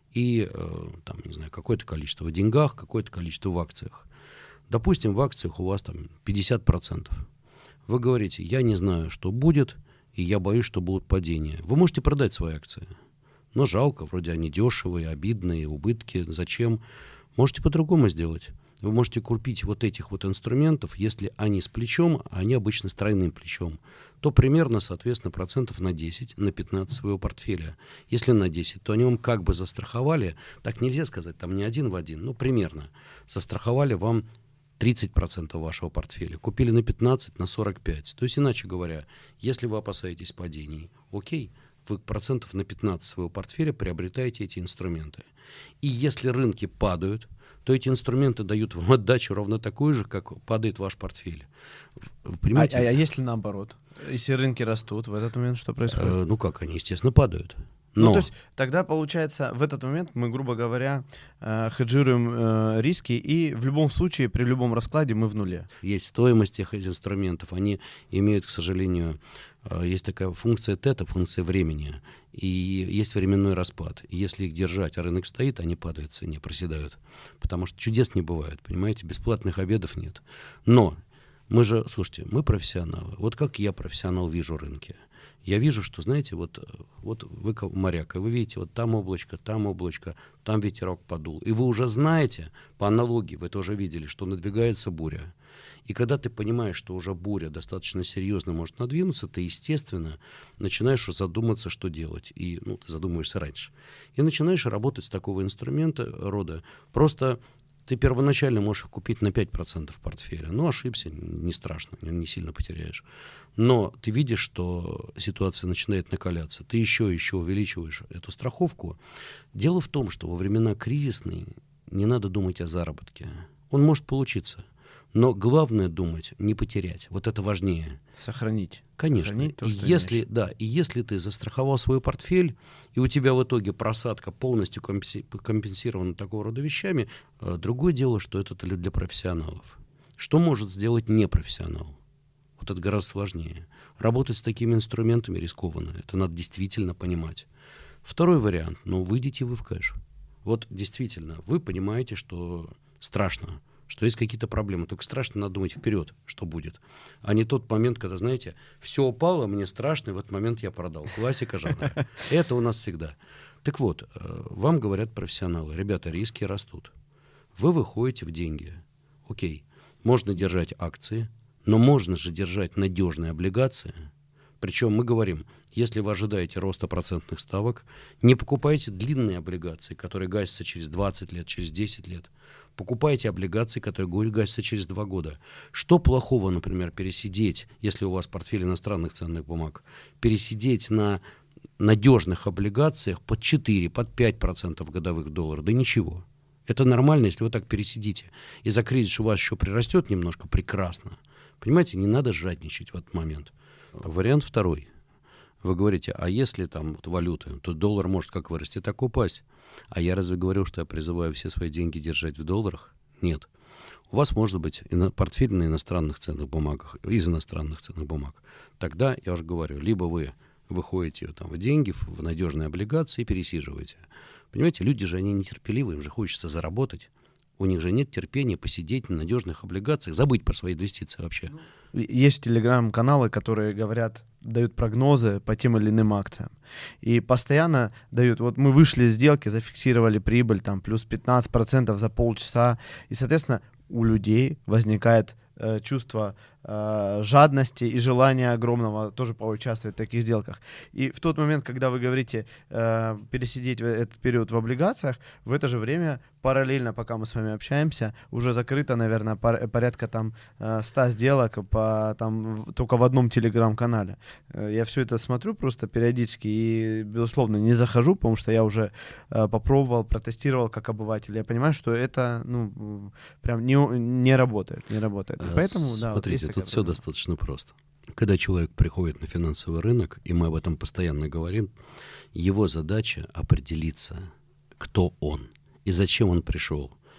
и э, там, не знаю, какое-то количество в деньгах, какое-то количество в акциях. Допустим, в акциях у вас там пятьдесят процентов. Вы говорите, я не знаю, что будет, и я боюсь, что будут падения. Вы можете продать свои акции. Но жалко, вроде они дешевые, обидные, убытки. Зачем? Можете по-другому сделать. Вы можете купить вот этих вот инструментов, если они с плечом, а они обычно с тройным плечом, то примерно, соответственно, процентов на десять, на пятнадцать своего портфеля. Если на десять, то они вам как бы застраховали, так нельзя сказать, там не один в один, но примерно, застраховали вам тридцать процентов вашего портфеля, купили на пятнадцать, на сорок пять. То есть, иначе говоря, если вы опасаетесь падений, окей, вы процентов на пятнадцать своего портфеля приобретаете эти инструменты. И если рынки падают, то эти инструменты дают вам отдачу ровно такую же, как падает ваш портфель. Понимаете? А, а, а если наоборот? Если рынки растут, в этот момент что происходит? Э, ну как, они, естественно, падают. Но... Ну, то есть тогда, получается, в этот момент мы, грубо говоря, э, хеджируем э, риски, и в любом случае, при любом раскладе мы в нуле. Есть стоимость этих инструментов, они имеют, к сожалению, э, есть такая функция тета, функция времени, и есть временной распад. И если их держать, а рынок стоит, они падают в цене, проседают. Потому что чудес не бывает, понимаете, бесплатных обедов нет. Но мы же, слушайте, мы профессионалы. Вот как я, профессионал, вижу рынки. Я вижу, что, знаете, вот, вот вы моряк, и вы видите, вот там облачко, там облачко, там ветерок подул. И вы уже знаете, по аналогии, вы тоже видели, что надвигается буря. И когда ты понимаешь, что уже буря достаточно серьезно может надвинуться, ты, естественно, начинаешь задуматься, что делать. И, ну, ты задумываешься раньше. И начинаешь работать с такого инструмента рода. Просто ты первоначально можешь их купить на пять процентов портфеля. Ну, ошибся, не страшно, не сильно потеряешь. Но ты видишь, что ситуация начинает накаляться. Ты еще и еще увеличиваешь эту страховку. Дело в том, что во времена кризисные не надо думать о заработке. Он может получиться. Но главное думать, не потерять. Вот это важнее. Сохранить. Конечно. Сохранить то, и, что если, имеешь. да, и если ты застраховал свой портфель, и у тебя в итоге просадка полностью компенсирована такого рода вещами, другое дело, что это для профессионалов. Что может сделать непрофессионал? Вот это гораздо сложнее. Работать с такими инструментами рискованно. Это надо действительно понимать. Второй вариант. Ну, выйдите вы в кэш. Вот действительно, вы понимаете, что страшно, что есть какие-то проблемы. Только страшно надо думать вперед, что будет. А не тот момент, когда, знаете, все упало, мне страшно, и в этот момент я продал. Классика жанра. Это у нас всегда. Так вот, вам говорят профессионалы, ребята, риски растут. Вы выходите в деньги. Окей, можно держать акции, но можно же держать надежные облигации. Причем мы говорим, если вы ожидаете роста процентных ставок, не покупайте длинные облигации, которые гасятся через двадцать лет, через десять лет. Покупайте облигации, которые гасятся через два года. Что плохого, например, пересидеть, если у вас портфель иностранных ценных бумаг, пересидеть на надежных облигациях под четыре, под пять процентов годовых долларов? Да ничего. Это нормально, если вы так пересидите. И за кризис у вас еще прирастет немножко, прекрасно. Понимаете, не надо жадничать в этот момент. Вариант второй. Вы говорите, а если там вот валюты, то доллар может как вырасти, так упасть. А я разве говорю, что я призываю все свои деньги держать в долларах? Нет. У вас может быть портфель на иностранных ценных бумагах, из иностранных ценных бумаг. Тогда, я уже говорю, либо вы выходите там, в деньги, в надежные облигации и пересиживаете. Понимаете, люди же, они нетерпеливые, им же хочется заработать. У них же нет терпения посидеть на надежных облигациях, забыть про свои инвестиции вообще. Есть телеграм-каналы, которые говорят, дают прогнозы по тем или иным акциям. И постоянно дают, вот мы вышли из сделки, зафиксировали прибыль, там, плюс пятнадцать процентов за полчаса. И, соответственно, у людей возникает э, чувство э, жадности и желания огромного тоже поучаствовать в таких сделках. И в тот момент, когда вы говорите э, пересидеть этот период в облигациях, в это же время параллельно, пока мы с вами общаемся, уже закрыто, наверное, пор- порядка там ста сделок по, там, в, только в одном телеграм-канале. Я все это смотрю просто периодически и, безусловно, не захожу, потому что я уже э, попробовал, протестировал как обыватель. Я понимаю, что это, ну, прям не, не работает, не работает. И поэтому, да, смотрите, вот тут все достаточно просто. Когда человек приходит на финансовый рынок, и мы об этом постоянно говорим, его задача определиться, кто он и зачем он пришел.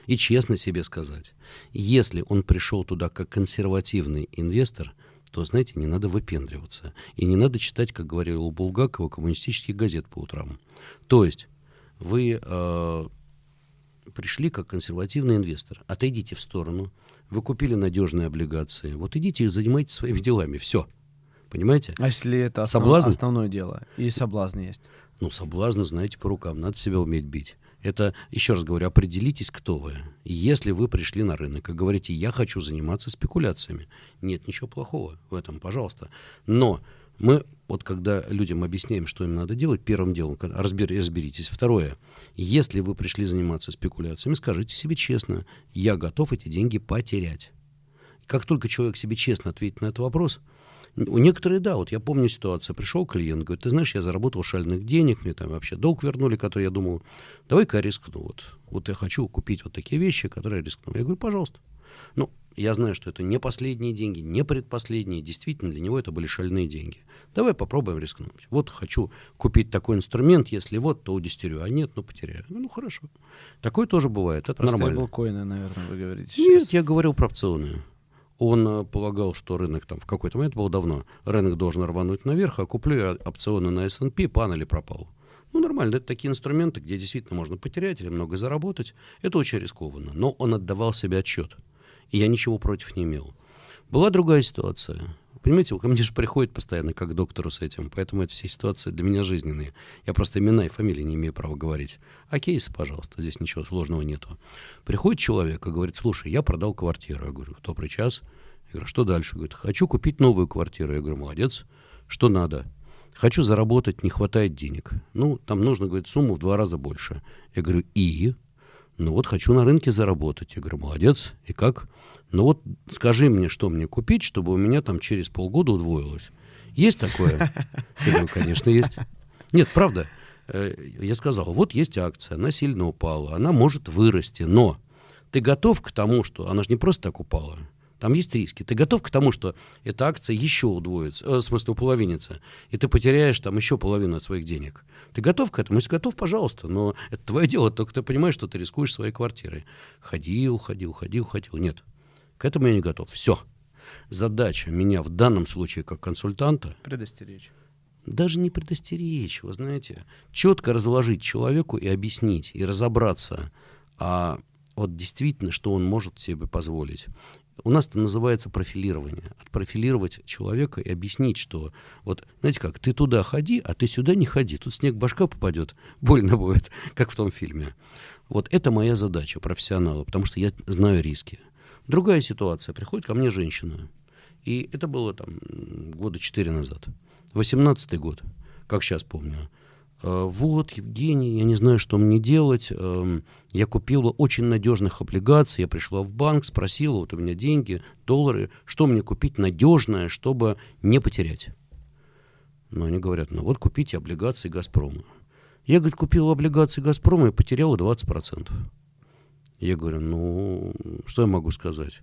и честно себе сказать, если он пришел туда как консервативный инвестор, то, знаете, не надо выпендриваться. И не надо читать, как говорил у Булгакова, коммунистических газет по утрам. То есть вы э, пришли как консервативный инвестор, отойдите в сторону, вы купили надежные облигации, вот идите и занимайтесь своими делами, все. Понимаете? А если это основ... соблазн? основное дело, и соблазн есть? Ну, соблазн, знаете, по рукам, надо себя уметь бить. Это, еще раз говорю, определитесь, кто вы. Если вы пришли на рынок и говорите, я хочу заниматься спекуляциями, нет ничего плохого в этом, пожалуйста. Но мы, вот когда людям объясняем, что им надо делать, первым делом, разбер, разберитесь. Второе, если вы пришли заниматься спекуляциями, скажите себе честно, я готов эти деньги потерять. Как только человек себе честно ответит на этот вопрос, у некоторых, да, вот я помню ситуацию, пришел клиент, говорит, ты знаешь, я заработал шальных денег, мне там вообще долг вернули, который я думал, давай-ка я рискну, вот, вот я хочу купить вот такие вещи, которые я рискну. Я говорю, пожалуйста. Ну, я знаю, что это не последние деньги, не предпоследние, действительно, для него это были шальные деньги. Давай попробуем рискнуть. Вот хочу купить такой инструмент, если вот, то удестерю, а нет, ну потеряю. Ну, хорошо. Такое тоже бывает, это Про нормально. стейблкоины, наверное, вы говорите сейчас. Нет, я говорил про опционы. Он полагал, что рынок там в какой-то момент, было давно, рынок должен рвануть наверх, а куплю я опционы на эс энд пи, пан или пропал. Ну, нормально, это такие инструменты, где действительно можно потерять или много заработать. Это очень рискованно, но он отдавал себе отчет, и я ничего против не имел. Была другая ситуация. Понимаете, ко мне же приходит постоянно как к доктору с этим, поэтому это все ситуации для меня жизненные. Я просто имена и фамилии не имею права говорить. А кейсы, пожалуйста, здесь ничего сложного нету. Приходит человек и говорит, слушай, я продал квартиру. Я говорю, добрый час. Я говорю, что дальше? Говорит, хочу купить новую квартиру. Я говорю, молодец, что надо? Хочу заработать, не хватает денег. Ну, там нужно, говорит, сумму в два раза больше. Я говорю, и? Ну вот хочу на рынке заработать. Я говорю, молодец, и как? Ну вот скажи мне, что мне купить, чтобы у меня там через полгода удвоилось. Есть такое? Я говорю, конечно, есть. Нет, правда. Я сказал, вот есть акция, она сильно упала, она может вырасти, но ты готов к тому, что она же не просто так упала, там есть риски. Ты готов к тому, что эта акция еще удвоится, э, в смысле уполовинится, и ты потеряешь там еще половину от своих денег. Ты готов к этому? Если готов, пожалуйста, но это твое дело, только ты понимаешь, что ты рискуешь своей квартирой. Ходил, ходил, ходил, ходил. Нет, к этому я не готов. Все. Задача меня в данном случае как консультанта... Предостеречь. Даже не предостеречь, вы знаете, четко разложить человеку и объяснить, и разобраться, а вот действительно, что он может себе позволить. У нас это называется профилирование. Отпрофилировать человека и объяснить, что вот, знаете как, ты туда ходи, а ты сюда не ходи. Тут снег в башка попадет, больно будет, как в том фильме. Вот это моя задача профессионала, потому что я знаю риски. Другая ситуация. Приходит ко мне женщина, и это было там года четыре назад. восемнадцатый год, как сейчас помню. Вот, Евгений, я не знаю, что мне делать. Я купила очень надежных облигаций. Я пришла в банк, спросила, вот у меня деньги, доллары, что мне купить надежное, чтобы не потерять. Но они говорят, ну вот купите облигации «Газпрома». Я, говорит, купила облигации «Газпрома» и потеряла двадцать процентов. Я говорю, ну, что я могу сказать?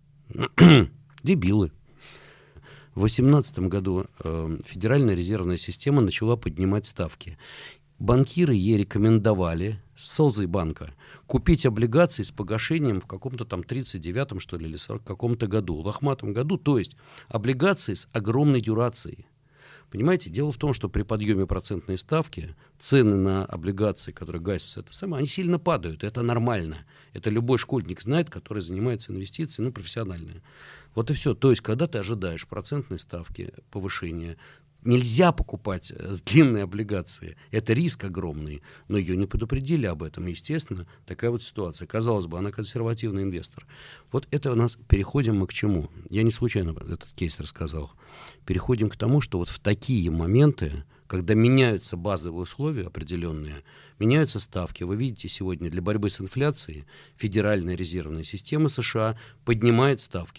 Дебилы. В две тысячи восемнадцатом году э, Федеральная резервная система начала поднимать ставки. Банкиры ей рекомендовали, СОЗы банка, купить облигации с погашением в каком-то там тридцать девятом, что ли, или сороком каком-то году, лохматом году, то есть облигации с огромной дюрацией. Понимаете, дело в том, что при подъеме процентной ставки цены на облигации, которые гасятся, это самое, они сильно падают, это нормально. Это любой школьник знает, который занимается инвестициями, ну, профессионально. Вот и все. То есть, когда ты ожидаешь процентной ставки повышения, нельзя покупать длинные облигации. Это риск огромный, но ее не предупредили об этом. Естественно, такая вот ситуация. Казалось бы, она консервативный инвестор. Вот это у нас, переходим мы к чему? Я не случайно этот кейс рассказал. Переходим к тому, что вот в такие моменты, когда меняются базовые условия определенные, меняются ставки. Вы видите, сегодня для борьбы с инфляцией Федеральная резервная система США поднимает ставки.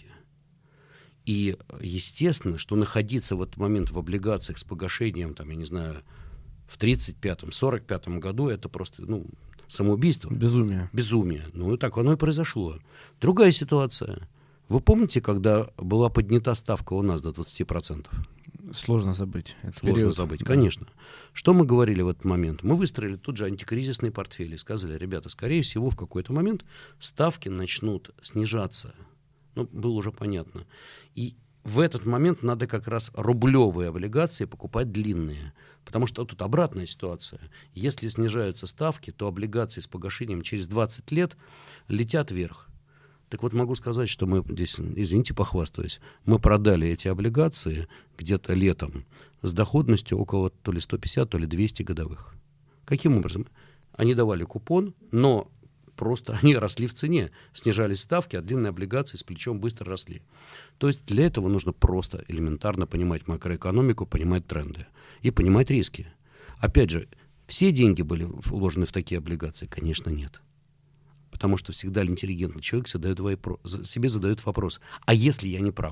И естественно, что находиться в этот момент в облигациях с погашением, там, я не знаю, в тридцать пятом, сорок пятом году, это просто, ну, самоубийство. Безумие. Безумие. Ну, и так оно и произошло. Другая ситуация. Вы помните, когда была поднята ставка у нас до двадцати процентов? Сложно забыть. Этот Сложно период. забыть, Да. конечно. Что мы говорили в этот момент? Мы выстроили тут же антикризисные портфели. Сказали, ребята, скорее всего, в какой-то момент ставки начнут снижаться. Ну, было уже понятно. И в этот момент надо как раз рублевые облигации покупать длинные. Потому что тут обратная ситуация. Если снижаются ставки, то облигации с погашением через двадцать лет летят вверх. Так вот, могу сказать, что мы здесь, извините, похвастаюсь, мы продали эти облигации где-то летом с доходностью около то ли сто пятьдесят, то ли двести годовых. Каким образом? Они давали купон, но просто они росли в цене, снижались ставки, а длинные облигации с плечом быстро росли. То есть для этого нужно просто элементарно понимать макроэкономику, понимать тренды и понимать риски. Опять же, все деньги были вложены в такие облигации? Конечно, нет. Потому что всегда интеллигентный человек задает вопрос, себе задает вопрос, а если я не прав?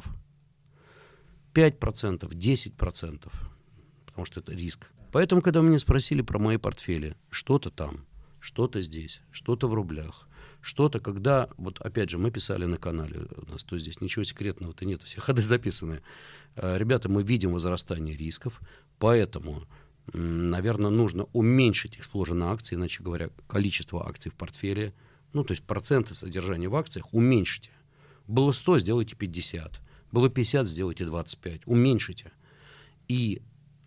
пять процентов, десять процентов, потому что это риск. Поэтому, когда меня спросили про мои портфели, что-то там, что-то здесь, что-то в рублях, что-то, когда, вот опять же, мы писали на канале у нас, то здесь ничего секретного-то нет, все ходы записаны. Ребята, мы видим возрастание рисков, поэтому, наверное, нужно уменьшить экспложен акций, иначе говоря, количество акций в портфеле, ну, то есть проценты содержания в акциях уменьшите. Было сто, сделайте пятьдесят. Было пятьдесят, сделайте двадцать пять. Уменьшите. И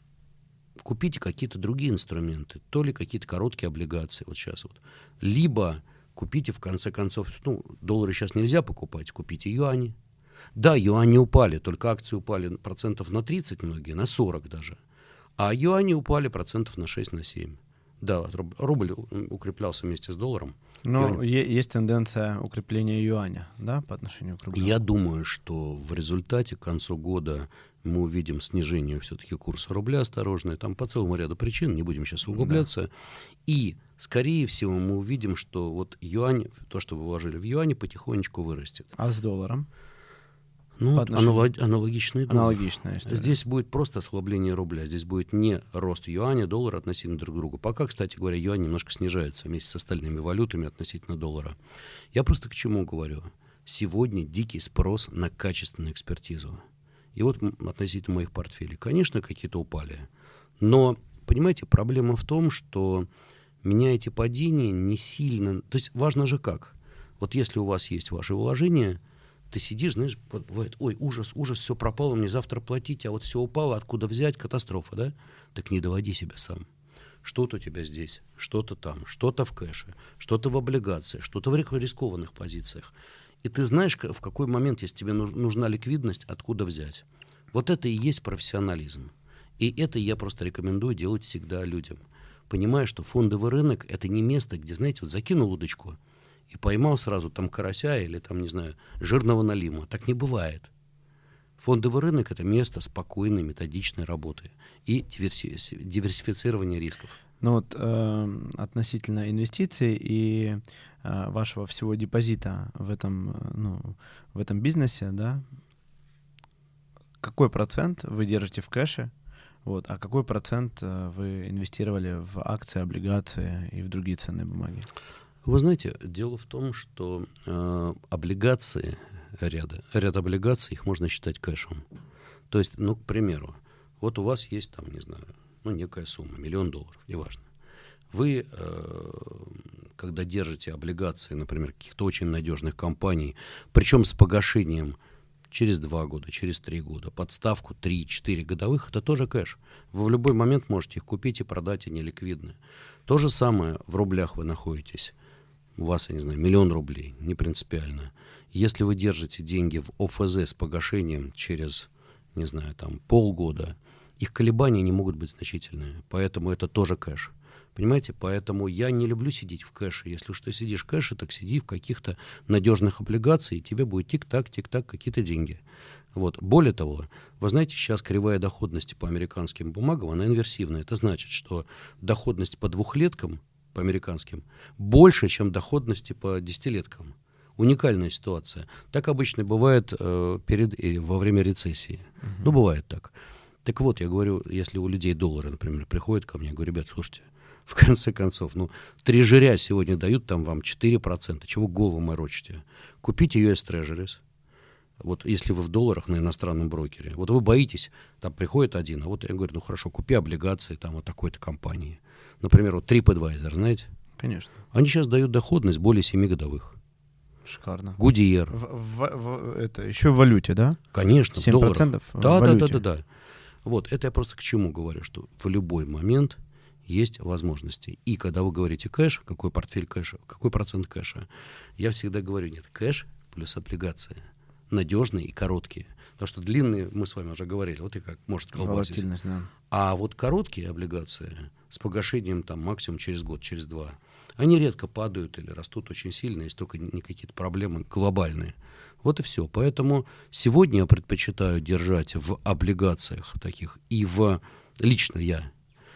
купите какие-то другие инструменты. То ли какие-то короткие облигации. Вот сейчас вот. Либо купите, в конце концов, ну, доллары сейчас нельзя покупать, купите юани. Да, юани упали, только акции упали процентов на тридцать многие, на сорок даже. А юани упали процентов на шесть, на семь. Да, рубль укреплялся вместе с долларом. Но е- есть тенденция укрепления юаня, да, по отношению к рублю? Я думаю, что в результате к концу года мы увидим снижение все-таки курса рубля осторожное, там по целому ряду причин, не будем сейчас углубляться. Да. И, скорее всего, мы увидим, что вот юань, то, что вы вложили в юане, потихонечку вырастет. А с долларом? Ну, аналог, аналогичный доллар. Аналогичная история. Здесь будет просто ослабление рубля. Здесь будет не рост юаня, доллара относительно друг к другу. Пока, кстати говоря, юань немножко снижается вместе с остальными валютами относительно доллара. Я просто к чему говорю? Сегодня дикий спрос на качественную экспертизу. И вот относительно моих портфелей. Конечно, какие-то упали. Но, понимаете, проблема в том, что меня эти падения не сильно... То есть важно же как. Вот если у вас есть ваши вложения... Ты сидишь, знаешь, бывает, ой, ужас, ужас, все пропало, мне завтра платить, а вот все упало, откуда взять, катастрофа, да? Так не доводи себя сам. Что-то у тебя здесь, что-то там, что-то в кэше, что-то в облигациях, что-то в рискованных позициях. И ты знаешь, в какой момент, если тебе нужна ликвидность, откуда взять. Вот это и есть профессионализм. И это я просто рекомендую делать всегда людям. Понимая, что фондовый рынок — это не место, где, знаете, вот закинул удочку, и поймал сразу там карася или там, не знаю, жирного налима. Так не бывает. Фондовый рынок — это место спокойной, методичной работы и диверси- диверсифицирования рисков. Ну вот э, относительно инвестиций и э, вашего всего депозита в этом, э, ну, в этом бизнесе, да, какой процент вы держите в кэше, вот, а какой процент э, вы инвестировали в акции, облигации и в другие ценные бумаги? Вы знаете, дело в том, что э, облигации, ряда, ряд облигаций, их можно считать кэшем. То есть, ну, к примеру, вот у вас есть там, не знаю, ну, некая сумма, миллион долларов, неважно. Вы, э, когда держите облигации, например, каких-то очень надежных компаний, причем с погашением через два года, через три года, под ставку три-четыре годовых, это тоже кэш. Вы в любой момент можете их купить и продать, они ликвидны. То же самое в рублях вы находитесь. У вас, я не знаю, миллион рублей, не принципиально. Если вы держите деньги в ОФЗ с погашением через, не знаю, там полгода, их колебания не могут быть значительные, поэтому это тоже кэш. Понимаете, поэтому я не люблю сидеть в кэше. Если уж ты сидишь в кэше, так сиди в каких-то надежных облигациях, и тебе будет тик-так, тик-так, какие-то деньги. Вот. Более того, вы знаете, сейчас кривая доходности по американским бумагам, она инверсивная. Это значит, что доходность по двухлеткам, по американским, больше, чем доходности по десятилеткам. Уникальная ситуация. Так обычно бывает э, перед, э, во время рецессии. Uh-huh. Ну, бывает так. Так вот, я говорю, если у людей доллары, например, приходят ко мне, я говорю, ребят, слушайте, в конце концов, ну, три жиря сегодня дают там вам четыре процента. Чего голову морочите? Купите ю эс Treasuries, Вот если вы в долларах на иностранном брокере, вот вы боитесь, там приходит один, а вот я говорю, ну хорошо, купи облигации там от такой-то компании. Например, вот TripAdvisor, знаете? Конечно. Они сейчас дают доходность более семи годовых. Шикарно. Goodyear. В, в, в, это еще в валюте, да? Конечно, семь процентов в долларах. в Да, валюте. да, да, да, да. Вот, это я просто к чему говорю, что в любой момент есть возможности. И когда вы говорите кэш, какой портфель кэша, какой процент кэша, я всегда говорю, нет, кэш плюс облигации. Надежные и короткие. Потому что длинные, мы с вами уже говорили, вот и как может колбасить. Волатильность, да. А вот короткие облигации с погашением там максимум через год, через два, они редко падают или растут очень сильно, если только не какие-то проблемы глобальные. Вот и все. Поэтому сегодня я предпочитаю держать в облигациях таких и в... Лично я,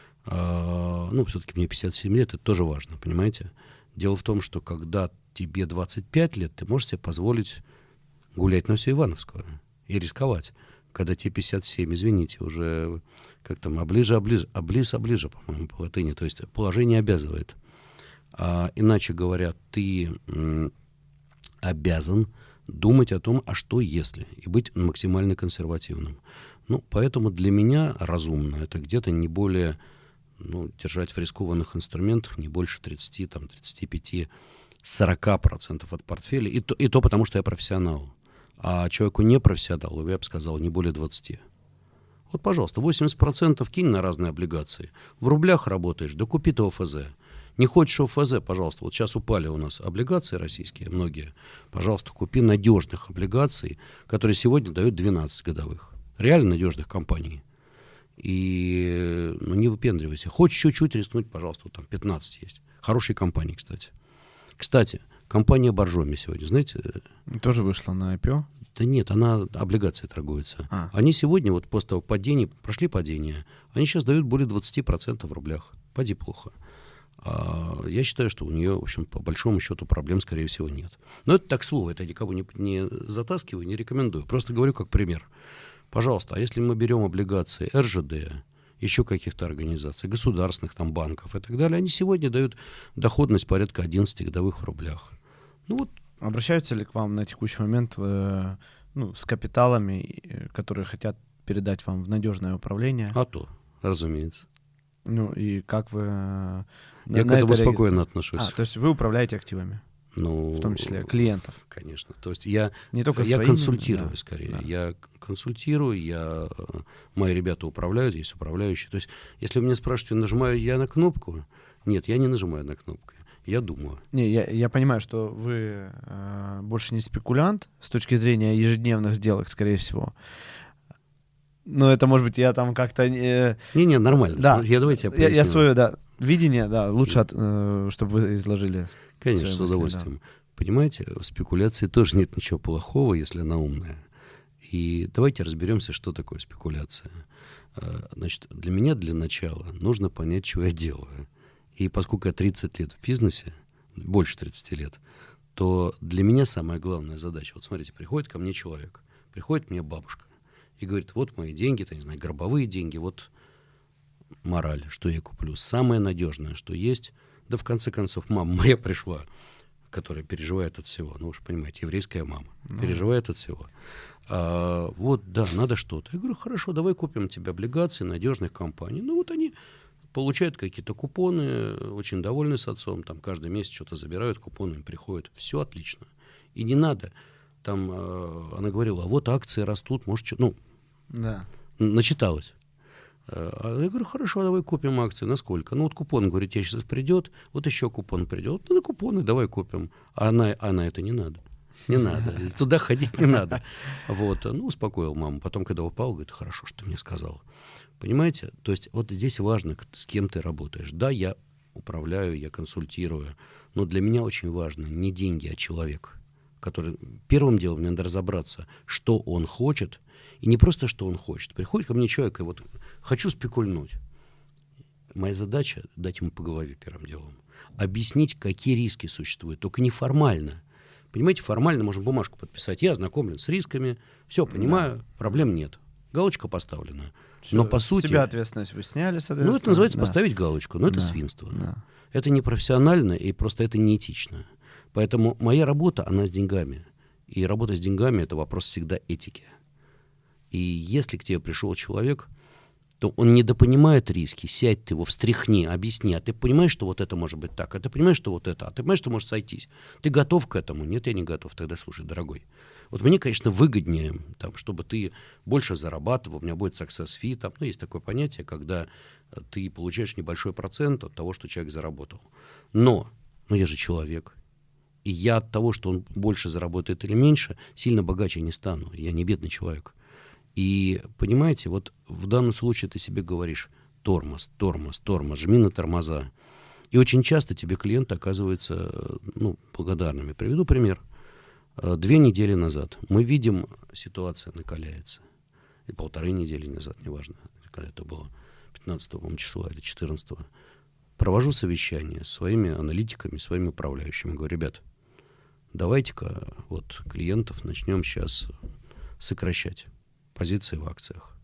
э, ну, все-таки мне пятьдесят семь лет, это тоже важно, понимаете? Дело в том, что когда тебе двадцать пять лет, ты можешь себе позволить гулять на всю Ивановскую и рисковать. Когда тебе пятьдесят семь, извините, уже как там, оближе, оближе, облиз, оближе, по-моему, по латыни, то есть положение обязывает. А, иначе говоря, ты м, обязан думать о том, а что если, и быть максимально консервативным. Ну, поэтому для меня разумно это где-то не более, ну, держать в рискованных инструментах не больше тридцать, там, тридцать пять, сорок процентов от портфеля, и то, и то потому, что я профессионал. А человеку не профессионалу, я бы сказал, не более двадцати. Вот, пожалуйста, восемьдесят процентов кинь на разные облигации. В рублях работаешь, да купи ты ОФЗ. Не хочешь ОФЗ, пожалуйста, вот сейчас упали у нас облигации российские, многие. Пожалуйста, купи надежных облигаций, которые сегодня дают двенадцать годовых. Реально надежных компаний. И, ну, не выпендривайся. Хочешь чуть-чуть рискнуть, пожалуйста, вот там пятнадцать есть. Хорошие компании, кстати. Кстати, компания Боржоми сегодня, знаете... Тоже вышла на ай пи о? Да нет, она облигации торгуется. А. Они сегодня, вот после того падения, прошли падения, они сейчас дают более двадцать процентов в рублях. Поди плохо. А я считаю, что у нее, в общем, по большому счету проблем, скорее всего, нет. Но это так слово, это я никого не, не затаскиваю, не рекомендую. Просто говорю как пример. Пожалуйста, а если мы берем облигации эр жэ дэ, еще каких-то организаций, государственных там банков и так далее, они сегодня дают доходность порядка одиннадцати годовых в рублях. Ну вот. Обращаются ли к вам на текущий момент э, ну, с капиталами, которые хотят передать вам в надежное управление? А то, разумеется. Ну и как вы... Э, Я к этому спокойно отношусь. А, то есть вы управляете активами? Ну, в том числе клиентов? Конечно. То есть я, Не только я своими, консультирую да, скорее. Да. Я консультирую, я, мои ребята управляют, есть управляющие. То есть если вы меня спрашиваете, нажимаю я на кнопку? Нет, я не нажимаю на кнопку. Я думаю. Не, я, я понимаю, что вы э, больше не спекулянт с точки зрения ежедневных сделок, скорее всего. Но это, может быть, я там как-то... Э... Не-не, нормально. Да. Я, давайте я поясню. Я, я свое, да, видение, да, лучше, от, э, чтобы вы изложили. Конечно, с удовольствием. Да. Понимаете, в спекуляции тоже нет ничего плохого, если она умная. И давайте разберемся, что такое спекуляция. Значит, для меня для начала нужно понять, что я делаю. И поскольку я тридцать лет в бизнесе, больше тридцати лет, то для меня самая главная задача, вот смотрите, приходит ко мне человек, приходит мне бабушка и говорит, вот мои деньги, то, не знаю, гробовые деньги, вот мораль, что я куплю, самое надежное, что есть. Да в конце концов мама моя пришла, которая переживает от всего, ну вы же понимаете, еврейская мама, ну. переживает от всего. А, вот, да, надо что-то. Я говорю, хорошо, давай купим тебе облигации надежных компаний. Ну вот они получают какие-то купоны, очень довольны с отцом, там каждый месяц что-то забирают, купоны им приходят, все отлично. И не надо, там, э, она говорила, а вот акции растут, может, что, ну, да. начиталась. А я говорю, хорошо, давай купим акции, на сколько? Ну вот купон, говорит, тебе сейчас придет, вот еще купон придет, ну на купоны давай купим. А на, а на это не надо. Не надо, туда ходить не надо. Вот, ну, успокоил маму. Потом, когда упал, говорит, хорошо, что ты мне сказал. Понимаете? То есть вот здесь важно, с кем ты работаешь. Да, я управляю, я консультирую, но для меня очень важно не деньги, а человек, который... Первым делом мне надо разобраться, что он хочет, и не просто, что он хочет. Приходит ко мне человек, и вот хочу спекульнуть. Моя задача — дать ему по голове первым делом. Объяснить, какие риски существуют, только неформально. Понимаете, формально можно бумажку подписать. Я ознакомлен с рисками, все, понимаю, да. Проблем нет. Галочка поставлена. Все, но по сути... себя ответственность вы сняли, соответственно. Ну, это называется да. поставить галочку, но это да. свинство. Да. Это непрофессионально, и просто это неэтично. Поэтому моя работа, она с деньгами. И работа с деньгами — это вопрос всегда этики. И если к тебе пришел человек, то он недопонимает риски. Сядь, ты его встряхни, объясни. А ты понимаешь, что вот это может быть так? А ты понимаешь, что вот это? А ты понимаешь, что может сойтись? Ты готов к этому? Нет, я не готов. Тогда слушай, дорогой. Вот мне, конечно, выгоднее, там, чтобы ты больше зарабатывал, у меня будет success fee. Там, ну, есть такое понятие, когда ты получаешь небольшой процент от того, что человек заработал. Но, ну я же человек. И я от того, что он больше заработает или меньше, сильно богаче не стану. Я не бедный человек. И, понимаете, вот в данном случае ты себе говоришь: тормоз, тормоз, тормоз, жми на тормоза. И очень часто тебе клиенты оказываются, ну, благодарными. Приведу пример. Две недели назад мы видим, ситуация накаляется. И полторы недели назад, неважно, когда это было, пятнадцатого числа или четырнадцатого. Провожу совещание с своими аналитиками, своими управляющими. Говорю: ребят, давайте-ка вот клиентов начнем сейчас сокращать позиции в акциях.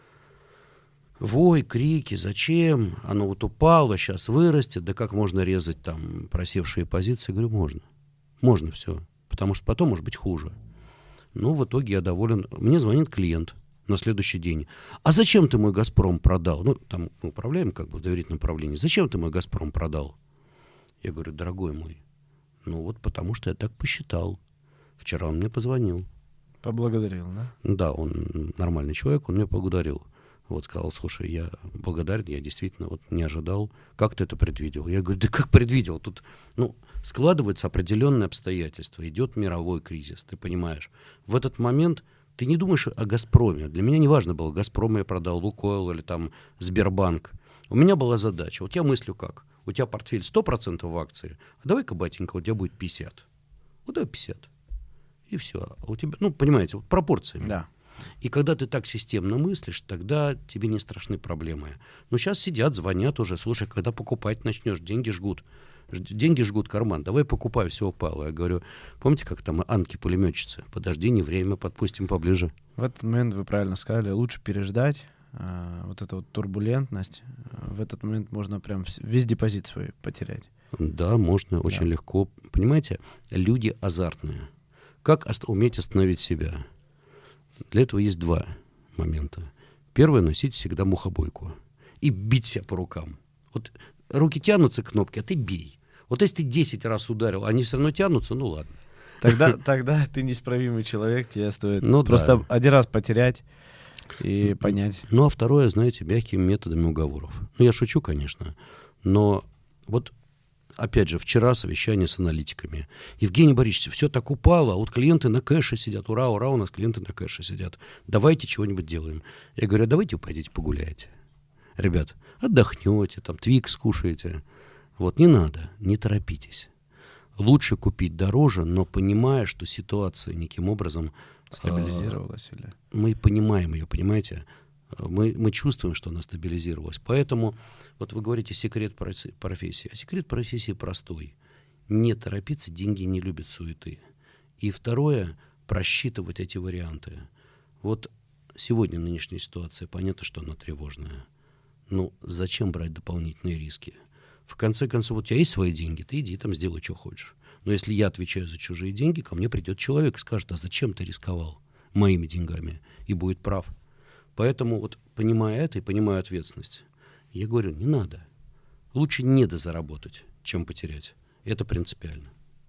Вой, крики, зачем? Оно вот упало, сейчас вырастет. Да как можно резать там просевшие позиции? Я говорю: можно. Можно все. Потому что потом может быть хуже. Ну, в итоге я доволен. Мне звонит клиент на следующий день. А зачем ты мой «Газпром» продал? Ну, там мы управляем как бы в доверительном управлении. Зачем ты мой «Газпром» продал? Я говорю: дорогой мой, ну вот потому что я так посчитал. Вчера он мне позвонил. Поблагодарил, да? Да, он нормальный человек, он меня поблагодарил. Вот сказал: слушай, я благодарен, я действительно вот не ожидал. Как ты это предвидел? Я говорю: да как предвидел? Тут, ну, складываются определенные обстоятельства, идет мировой кризис, ты понимаешь. В этот момент ты не думаешь о «Газпроме». Для меня не важно было, «Газпром» я продал, «Лукойл» или там Сбербанк. У меня была задача. Вот я мыслю как? У тебя портфель сто процентов в акции, а давай-ка, батенька, у тебя будет пятьдесят. Вот давай пятьдесят. И все. А у тебя, ну, понимаете, вот пропорциями. Да. И когда ты так системно мыслишь, тогда тебе не страшны проблемы. Но сейчас сидят, звонят уже: слушай, когда покупать начнешь, деньги жгут. Деньги жгут карман, давай покупай, все упало. Я говорю: помните, как там Анки-пулеметчицы? Подожди, не время, подпустим поближе. В этот момент вы правильно сказали, лучше переждать э, вот эту вот турбулентность. В этот момент можно прям весь депозит свой потерять. Да, можно, очень да. легко. Понимаете, люди азартные. Как ост- уметь остановить себя? Для этого есть два момента. Первое — носить всегда мухобойку и бить себя по рукам. Вот руки тянутся к кнопке, а ты бей. Вот если ты десять раз ударил, они все равно тянутся, ну ладно. Тогда, тогда ты неисправимый человек, тебе стоит ну, просто да. один раз потерять и понять. Ну, а второе, знаете, мягкими методами уговоров. Ну, я шучу, конечно, но вот опять же, вчера совещание с аналитиками. Евгений Борисович, все так упало, а вот клиенты на кэше сидят. Ура, ура, у нас клиенты на кэше сидят. Давайте чего-нибудь делаем. Я говорю: давайте вы пойдите погуляйте. Ребят, отдохнете, там, твикс скушаете. Вот не надо, не торопитесь. Лучше купить дороже, но понимая, что ситуация неким образом... Стабилизировалась или... Мы понимаем ее, понимаете? Мы, мы чувствуем, что она стабилизировалась. Поэтому, вот вы говорите, секрет профессии. А секрет профессии простой. Не торопиться, деньги не любят суеты. И второе, просчитывать эти варианты. Вот сегодня нынешняя ситуация, понятно, что она тревожная. Ну, зачем брать дополнительные риски? В конце концов, у тебя есть свои деньги, ты иди там сделай, что хочешь. Но если я отвечаю за чужие деньги, ко мне придет человек и скажет: а зачем ты рисковал моими деньгами? И будет прав. Поэтому, вот, понимая это и понимая ответственность, я говорю: не надо. Лучше недозаработать, чем потерять. Это принципиально.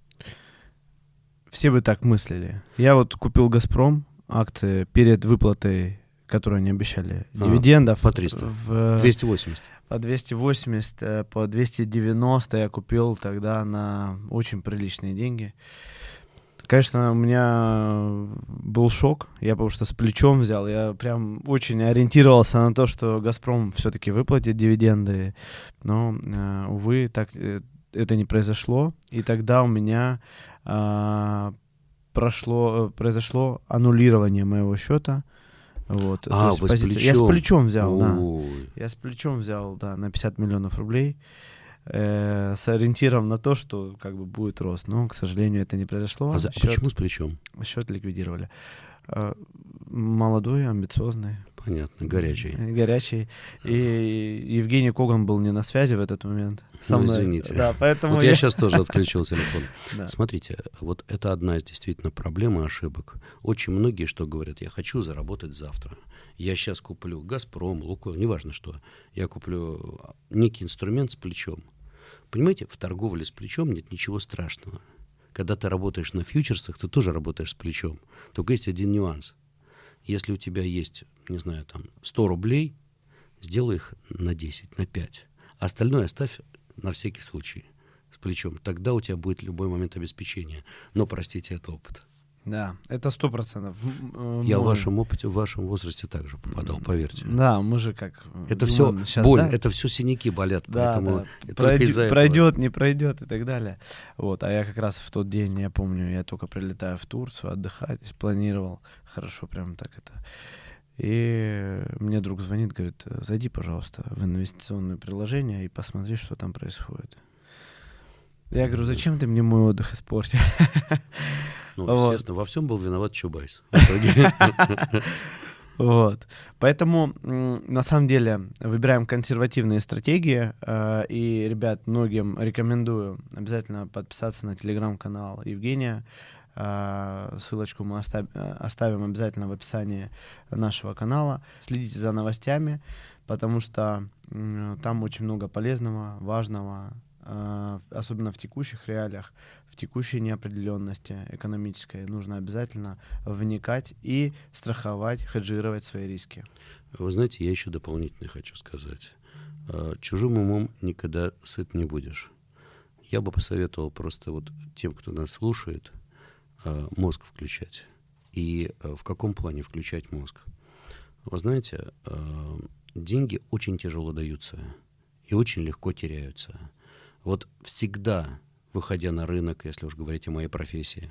Все бы так мыслили. Я вот купил «Газпром», акции перед выплатой, которую они обещали, а, дивидендов. По триста. В, двести восемьдесят. По двести восемьдесят, по двести девяносто я купил тогда на очень приличные деньги. Конечно, у меня был шок, я потому что с плечом взял, я прям очень ориентировался на то, что «Газпром» все-таки выплатит дивиденды, но, э, увы, так э, это не произошло, и тогда у меня э, прошло, произошло аннулирование моего счета. Вот. А, вы с плечом? Я с плечом взял, Ой. да. Я с плечом взял, да, на пятьдесят миллионов рублей. Э, с ориентиром на то, что как бы будет рост. Но, к сожалению, это не произошло. А, за, счет, а почему с плечом? Счет ликвидировали. Э, молодой, амбициозный. Понятно, горячий. Горячий. И Евгений Коган был не на связи в этот момент. Со мной. Ну, извините. Да, поэтому вот я... я сейчас тоже отключил телефон. Да. Смотрите, вот это одна из действительно проблем и ошибок. Очень многие что говорят: я хочу заработать завтра. Я сейчас куплю «Газпром», «Лукойл», неважно что. Я куплю некий инструмент с плечом. Понимаете, в торговле с плечом нет ничего страшного. Когда ты работаешь на фьючерсах, ты тоже работаешь с плечом. Только есть один нюанс. Если у тебя есть, не знаю, там сто рублей, сделай их на десять, на пять. А остальное оставь на всякий случай с плечом. Тогда у тебя будет любой момент обеспечения. Но, простите, это опыт. Да, это сто процентов. Я в вашем опыте, в вашем возрасте также попадал, поверьте. Да, мы же как... Это все боль, да? Это все синяки болят, да, поэтому да. Пройдет, пройдет, не пройдет и так далее. Вот, а я как раз в тот день, я помню, я только прилетаю в Турцию отдыхать, планировал хорошо прям так это. И мне друг звонит, говорит: зайди, пожалуйста, в инвестиционное приложение и посмотри, что там происходит. Я говорю: зачем ты мне мой отдых испортил? Ну, естественно, вот. Во всем был виноват Чубайс. Вот. Поэтому, на самом деле, выбираем консервативные стратегии. И, ребят, многим рекомендую обязательно подписаться на телеграм-канал Евгения. Ссылочку мы оставим обязательно в описании нашего канала. Следите за новостями, потому что там очень много полезного, важного, особенно в текущих реалиях, в текущей неопределенности экономической. Нужно обязательно вникать и страховать, хеджировать свои риски. Вы знаете, я еще дополнительно хочу сказать. Чужим умом никогда сыт не будешь. Я бы посоветовал просто вот тем, кто нас слушает, мозг включать. И в каком плане включать мозг? Вы знаете, деньги очень тяжело даются и очень легко теряются. Вот всегда, выходя на рынок, если уж говорить о моей профессии,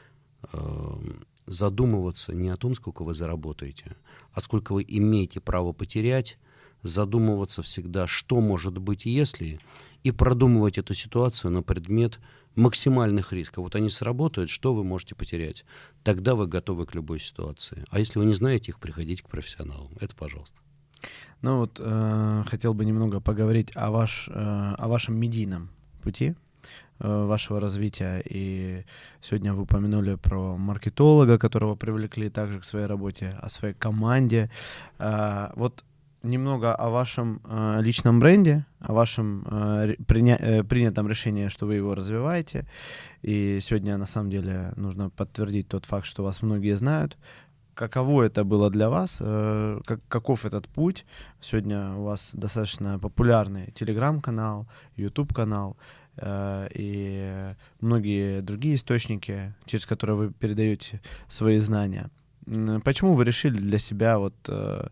задумываться не о том, сколько вы заработаете, а сколько вы имеете право потерять, задумываться всегда, что может быть, если, и продумывать эту ситуацию на предмет максимальных рисков. Вот они сработают, что вы можете потерять. Тогда вы готовы к любой ситуации. А если вы не знаете их, приходите к профессионалам. Это пожалуйста. Ну вот э, хотел бы немного поговорить о, ваш, э, о вашем медийном пути, э, вашего развития. И сегодня вы упомянули про маркетолога, которого привлекли также к своей работе, о своей команде. Э, вот немного о вашем э, личном бренде, о вашем э, приня- э, принятом решении, что вы его развиваете. И сегодня, на самом деле, нужно подтвердить тот факт, что вас многие знают. Каково это было для вас? Э, как, каков этот путь? Сегодня у вас достаточно популярный телеграм-канал, ютуб-канал э, и многие другие источники, через которые вы передаете свои знания. Почему вы решили для себя вот... Э,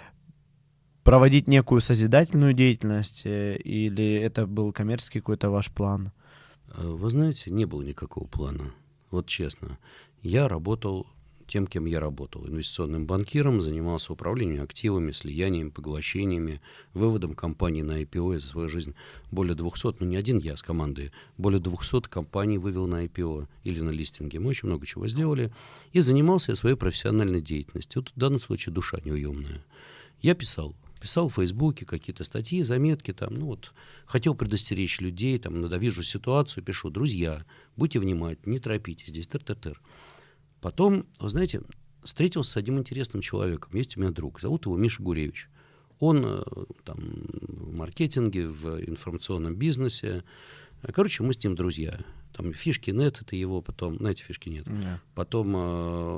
проводить некую созидательную деятельность, или это был коммерческий какой-то ваш план? Вы знаете, не было никакого плана. Вот честно. Я работал тем, кем я работал. Инвестиционным банкиром, занимался управлением активами, слиянием, поглощениями, выводом компаний на ай пи о. За свою жизнь более двухсот, ну не один я с командой, более двухсот компаний вывел на ай пи о или на листинге. Мы очень много чего сделали. И занимался я своей профессиональной деятельностью. Вот в данном случае душа неуемная. Я писал. Писал в Фейсбуке какие-то статьи, заметки там, ну вот, хотел предостеречь людей, там, надо, вижу ситуацию, пишу: друзья, будьте внимательны, не торопитесь, здесь тыр-тыр-тыр. Потом, вы знаете, встретился с одним интересным человеком, есть у меня друг, зовут его Миша Гуревич. Он там в маркетинге, в информационном бизнесе, короче, мы с ним друзья. Там фишки нет, это его, потом, знаете, фишки нет. Yeah. Потом э,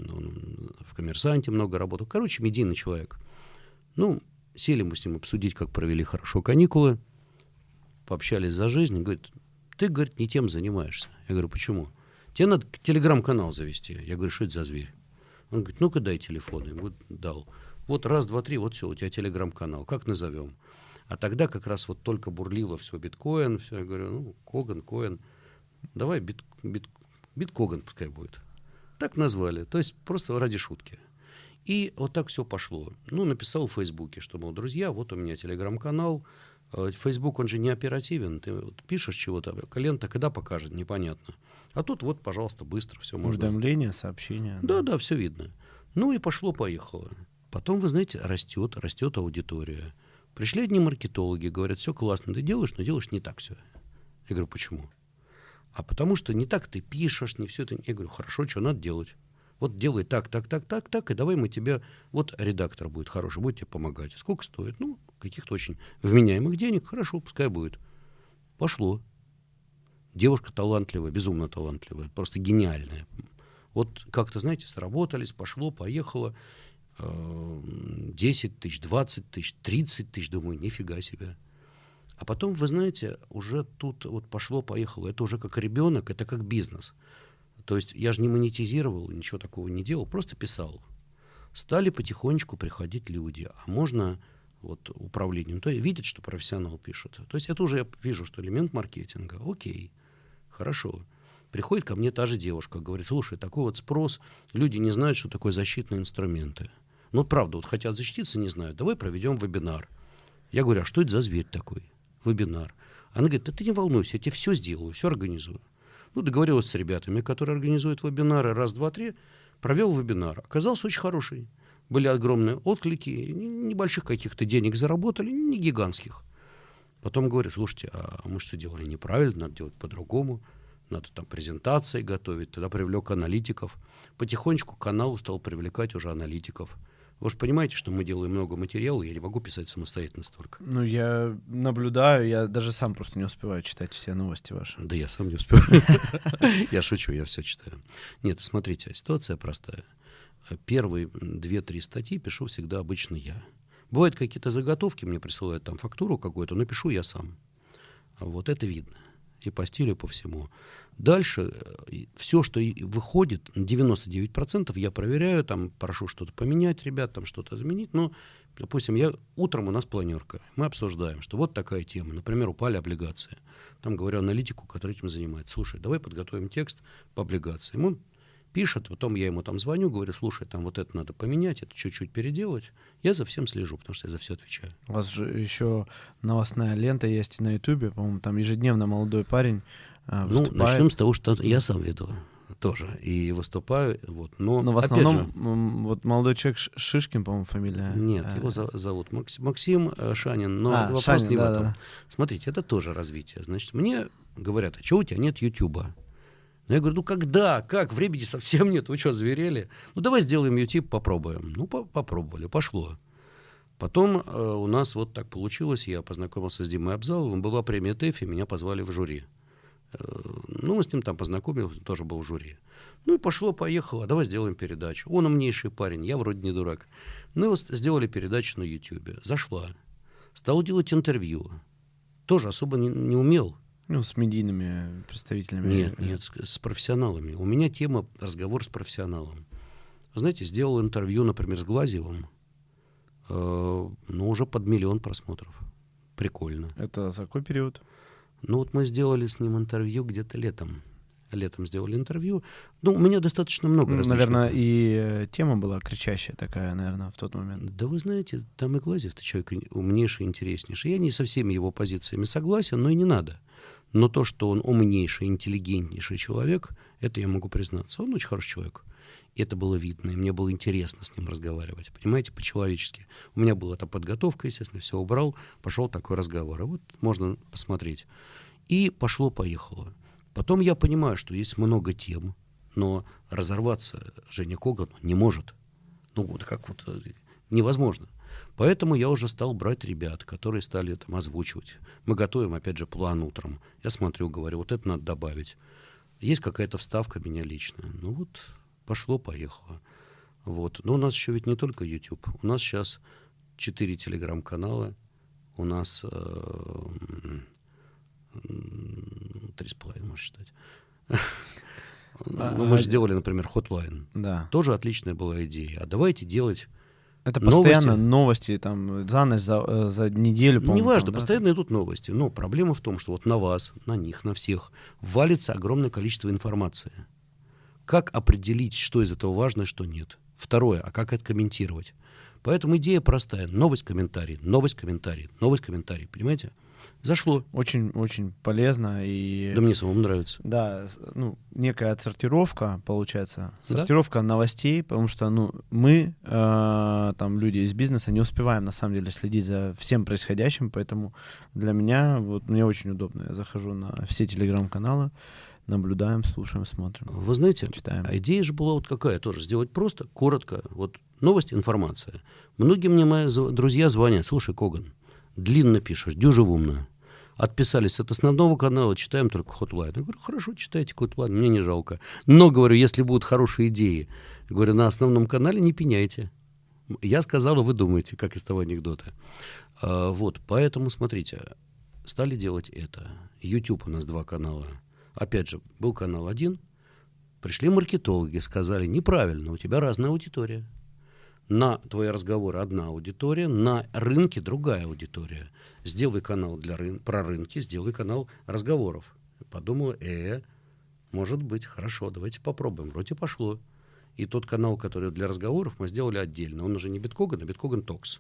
он в «Коммерсанте» много работал. Короче, медийный человек. Ну, сели мы с ним обсудить, как провели хорошо каникулы, пообщались за жизнь. Он говорит: ты, говорит, не тем занимаешься. Я говорю: почему? Тебе надо телеграм-канал завести. Я говорю: что это за зверь? Он говорит: ну-ка дай телефон. Я ему дал. Вот раз, два, три, вот все, у тебя телеграм-канал. Как назовем? А тогда как раз вот только бурлило все биткоин. Все. Я говорю: ну, Коган, Коин. Давай бит, бит, биткоган пускай будет. Так назвали. То есть просто ради шутки. И вот так все пошло. Ну, написал в Фейсбуке, что, мол, друзья, вот у меня телеграм-канал. Фейсбук, он же не оперативен. Ты вот пишешь чего-то, лента когда покажет, непонятно. А тут вот, пожалуйста, быстро все можно. Уведомления, сообщения. Да, да, да, все видно. Ну и пошло-поехало. потом, вы знаете, растет, растет аудитория. Пришли одни маркетологи, говорят, все классно, ты делаешь, но делаешь не так все. Я говорю, почему? А потому что не так ты пишешь, не все это. Я говорю, хорошо, что надо делать? Вот делай так, так, так, так, так, и давай мы тебе... Вот редактор будет хороший, будет тебе помогать. Сколько стоит? Ну, каких-то очень вменяемых денег. Хорошо, пускай будет. Пошло. Девушка талантливая, безумно талантливая, просто гениальная. Вот как-то, знаете, сработались, пошло, поехало. десять тысяч, двадцать тысяч, тридцать тысяч, думаю, нифига себе. А потом, вы знаете, уже тут вот пошло-поехало. Это уже как ребенок, это как бизнес. То есть я же не монетизировал, ничего такого не делал, просто писал. Стали потихонечку приходить люди. А можно вот управлением, то видит, что профессионал пишет. То есть это уже я вижу, что элемент маркетинга. Окей, хорошо. Приходит ко мне та же девушка, говорит, слушай, такой вот спрос, люди не знают, что такое защитные инструменты. Ну, правда, вот хотят защититься, не знают. Давай проведем вебинар. Я говорю, а что это за зверь такой? Вебинар. Она говорит, да ты не волнуйся, я тебе все сделаю, все организую. Ну, договорилась с ребятами, которые организуют вебинары, раз, два, три, провел вебинар. Оказался очень хороший. Были огромные отклики, небольших каких-то денег заработали, не гигантских. Потом говорю, слушайте, а мы что делали неправильно, надо делать по-другому, надо там презентации готовить. Тогда привлек аналитиков. Потихонечку к каналу стал привлекать уже аналитиков. Вы же понимаете, что мы делаем много материала, я не могу писать самостоятельно столько. Ну, я наблюдаю, я даже сам просто не успеваю читать все новости ваши. Да я сам не успеваю. Я шучу, я все читаю. Нет, смотрите, ситуация простая. Первые две-три статьи пишу всегда обычно я. Бывают какие-то заготовки, мне присылают там фактуру какую-то, но пишу я сам. Вот это видно. И по стилю, по всему. Дальше все, что выходит, девяносто девять процентов я проверяю, там прошу что-то поменять, ребят, там что-то заменить. Но, допустим, я, утром у нас планерка, мы обсуждаем, что вот такая тема. Например, упали облигации. Там говорю аналитику, который этим занимается. Слушай, давай подготовим текст по облигациям. Он пишет, потом я ему там звоню, говорю, слушай, там вот это надо поменять, это чуть-чуть переделать. Я за всем слежу, потому что я за все отвечаю. У вас же еще новостная лента есть на Ютубе, по-моему, там ежедневно молодой парень э, выступает. Ну, начнем с того, что я сам веду тоже и выступаю. Вот. Но, Но в опять основном же, вот молодой человек Шишкин, по-моему, фамилия. Нет, э, его за, зовут Максим, Максим Шанин, но а, вопрос Шанин, не да, в этом. да. Смотрите, это тоже развитие. Значит, мне говорят, а чего у тебя нет Ютуба? Я говорю, ну когда, как, времени совсем нет, вы что, зверели? Ну давай сделаем YouTube, попробуем. Ну по- попробовали, пошло. Потом э, у нас вот так получилось, я познакомился с Димой Абзаловым, была премия ТЭФИ, меня позвали в жюри. Э, ну мы с ним там познакомились, он тоже был в жюри. Ну и пошло-поехало, давай сделаем передачу. Он умнейший парень, я вроде не дурак. Ну и вот сделали передачу на YouTube, зашла. Стал делать интервью, тоже особо не, не умел. Ну, с медийными представителями. Нет, нет, с, с профессионалами. У меня тема разговор с профессионалом. Вы знаете, сделал интервью, например, с Глазьевым, э, ну, уже под миллион просмотров. Прикольно. Это за какой период? Ну, вот мы сделали с ним интервью где-то летом. Летом сделали интервью. Ну, у меня достаточно много Ну, различных... наверное, и тема была кричащая такая, наверное, в тот момент. Да вы знаете, там и Глазьев-то человек умнейший, интереснейший. Я не со всеми его позициями согласен, но и не надо. Но то, что он умнейший, интеллигентнейший человек, это я могу признаться. Он очень хороший человек. И это было видно, и мне было интересно с ним разговаривать. Понимаете, по-человечески. У меня была там подготовка, естественно, все убрал, пошел такой разговор. А вот можно посмотреть. И пошло-поехало. Потом я понимаю, что есть много тем, но разорваться Женя Коган не может. Ну вот как вот невозможно. Поэтому я уже стал брать ребят, которые стали там озвучивать. Мы готовим, опять же, план утром. Я смотрю, говорю, вот это надо добавить. Есть какая-то вставка меня личная. Ну вот, пошло-поехало. Вот. Но у нас еще ведь не только YouTube. У нас сейчас четыре телеграм-канала. У нас э, три с половиной, можно считать. Ну, мы же сделали, например, Hotline. Да. Тоже отличная была идея. А давайте делать... Это новости. постоянно новости, там, за ночь, за, за неделю, по-моему. Неважно, там, да, постоянно идут новости. Но проблема в том, что вот на вас, на них, на всех валится огромное количество информации. Как определить, что из этого важно, что нет? Второе, а как это комментировать? Поэтому идея простая. Новость, комментарий, новость, комментарий, новость, комментарий. Понимаете? Зашло. Очень, очень полезно. И, да мне самому нравится. Да, ну, некая отсортировка, получается. Да? Сортировка новостей, потому что, ну, мы, э, там, люди из бизнеса, не успеваем, на самом деле, следить за всем происходящим, поэтому для меня, вот, мне очень удобно. Я захожу на все телеграм-каналы, наблюдаем, слушаем, смотрим. Вы знаете, читаем. А идея же была вот какая тоже, сделать просто, коротко, вот новость, информация. Многие мне мои друзья звонят: слушай, Коган, длинно пишешь, дюже умно. Отписались от основного канала, читаем только Hotline. Я говорю, хорошо, читайте Hotline, мне не жалко. Но, говорю, если будут хорошие идеи, говорю, на основном канале не пеняйте. Я сказал, и вы думаете, как из того анекдота. А, вот, поэтому, смотрите, стали делать это. YouTube у нас два канала. Опять же, был канал один, пришли маркетологи, сказали, неправильно, у тебя разная аудитория. На твои разговоры одна аудитория, на рынке другая аудитория. Сделай канал для рын- про рынки, сделай канал разговоров. Подумал, э, может быть, хорошо, давайте попробуем. Вроде пошло. И тот канал, который для разговоров, мы сделали отдельно. Он уже не Биткоган, а Биткоган Токс.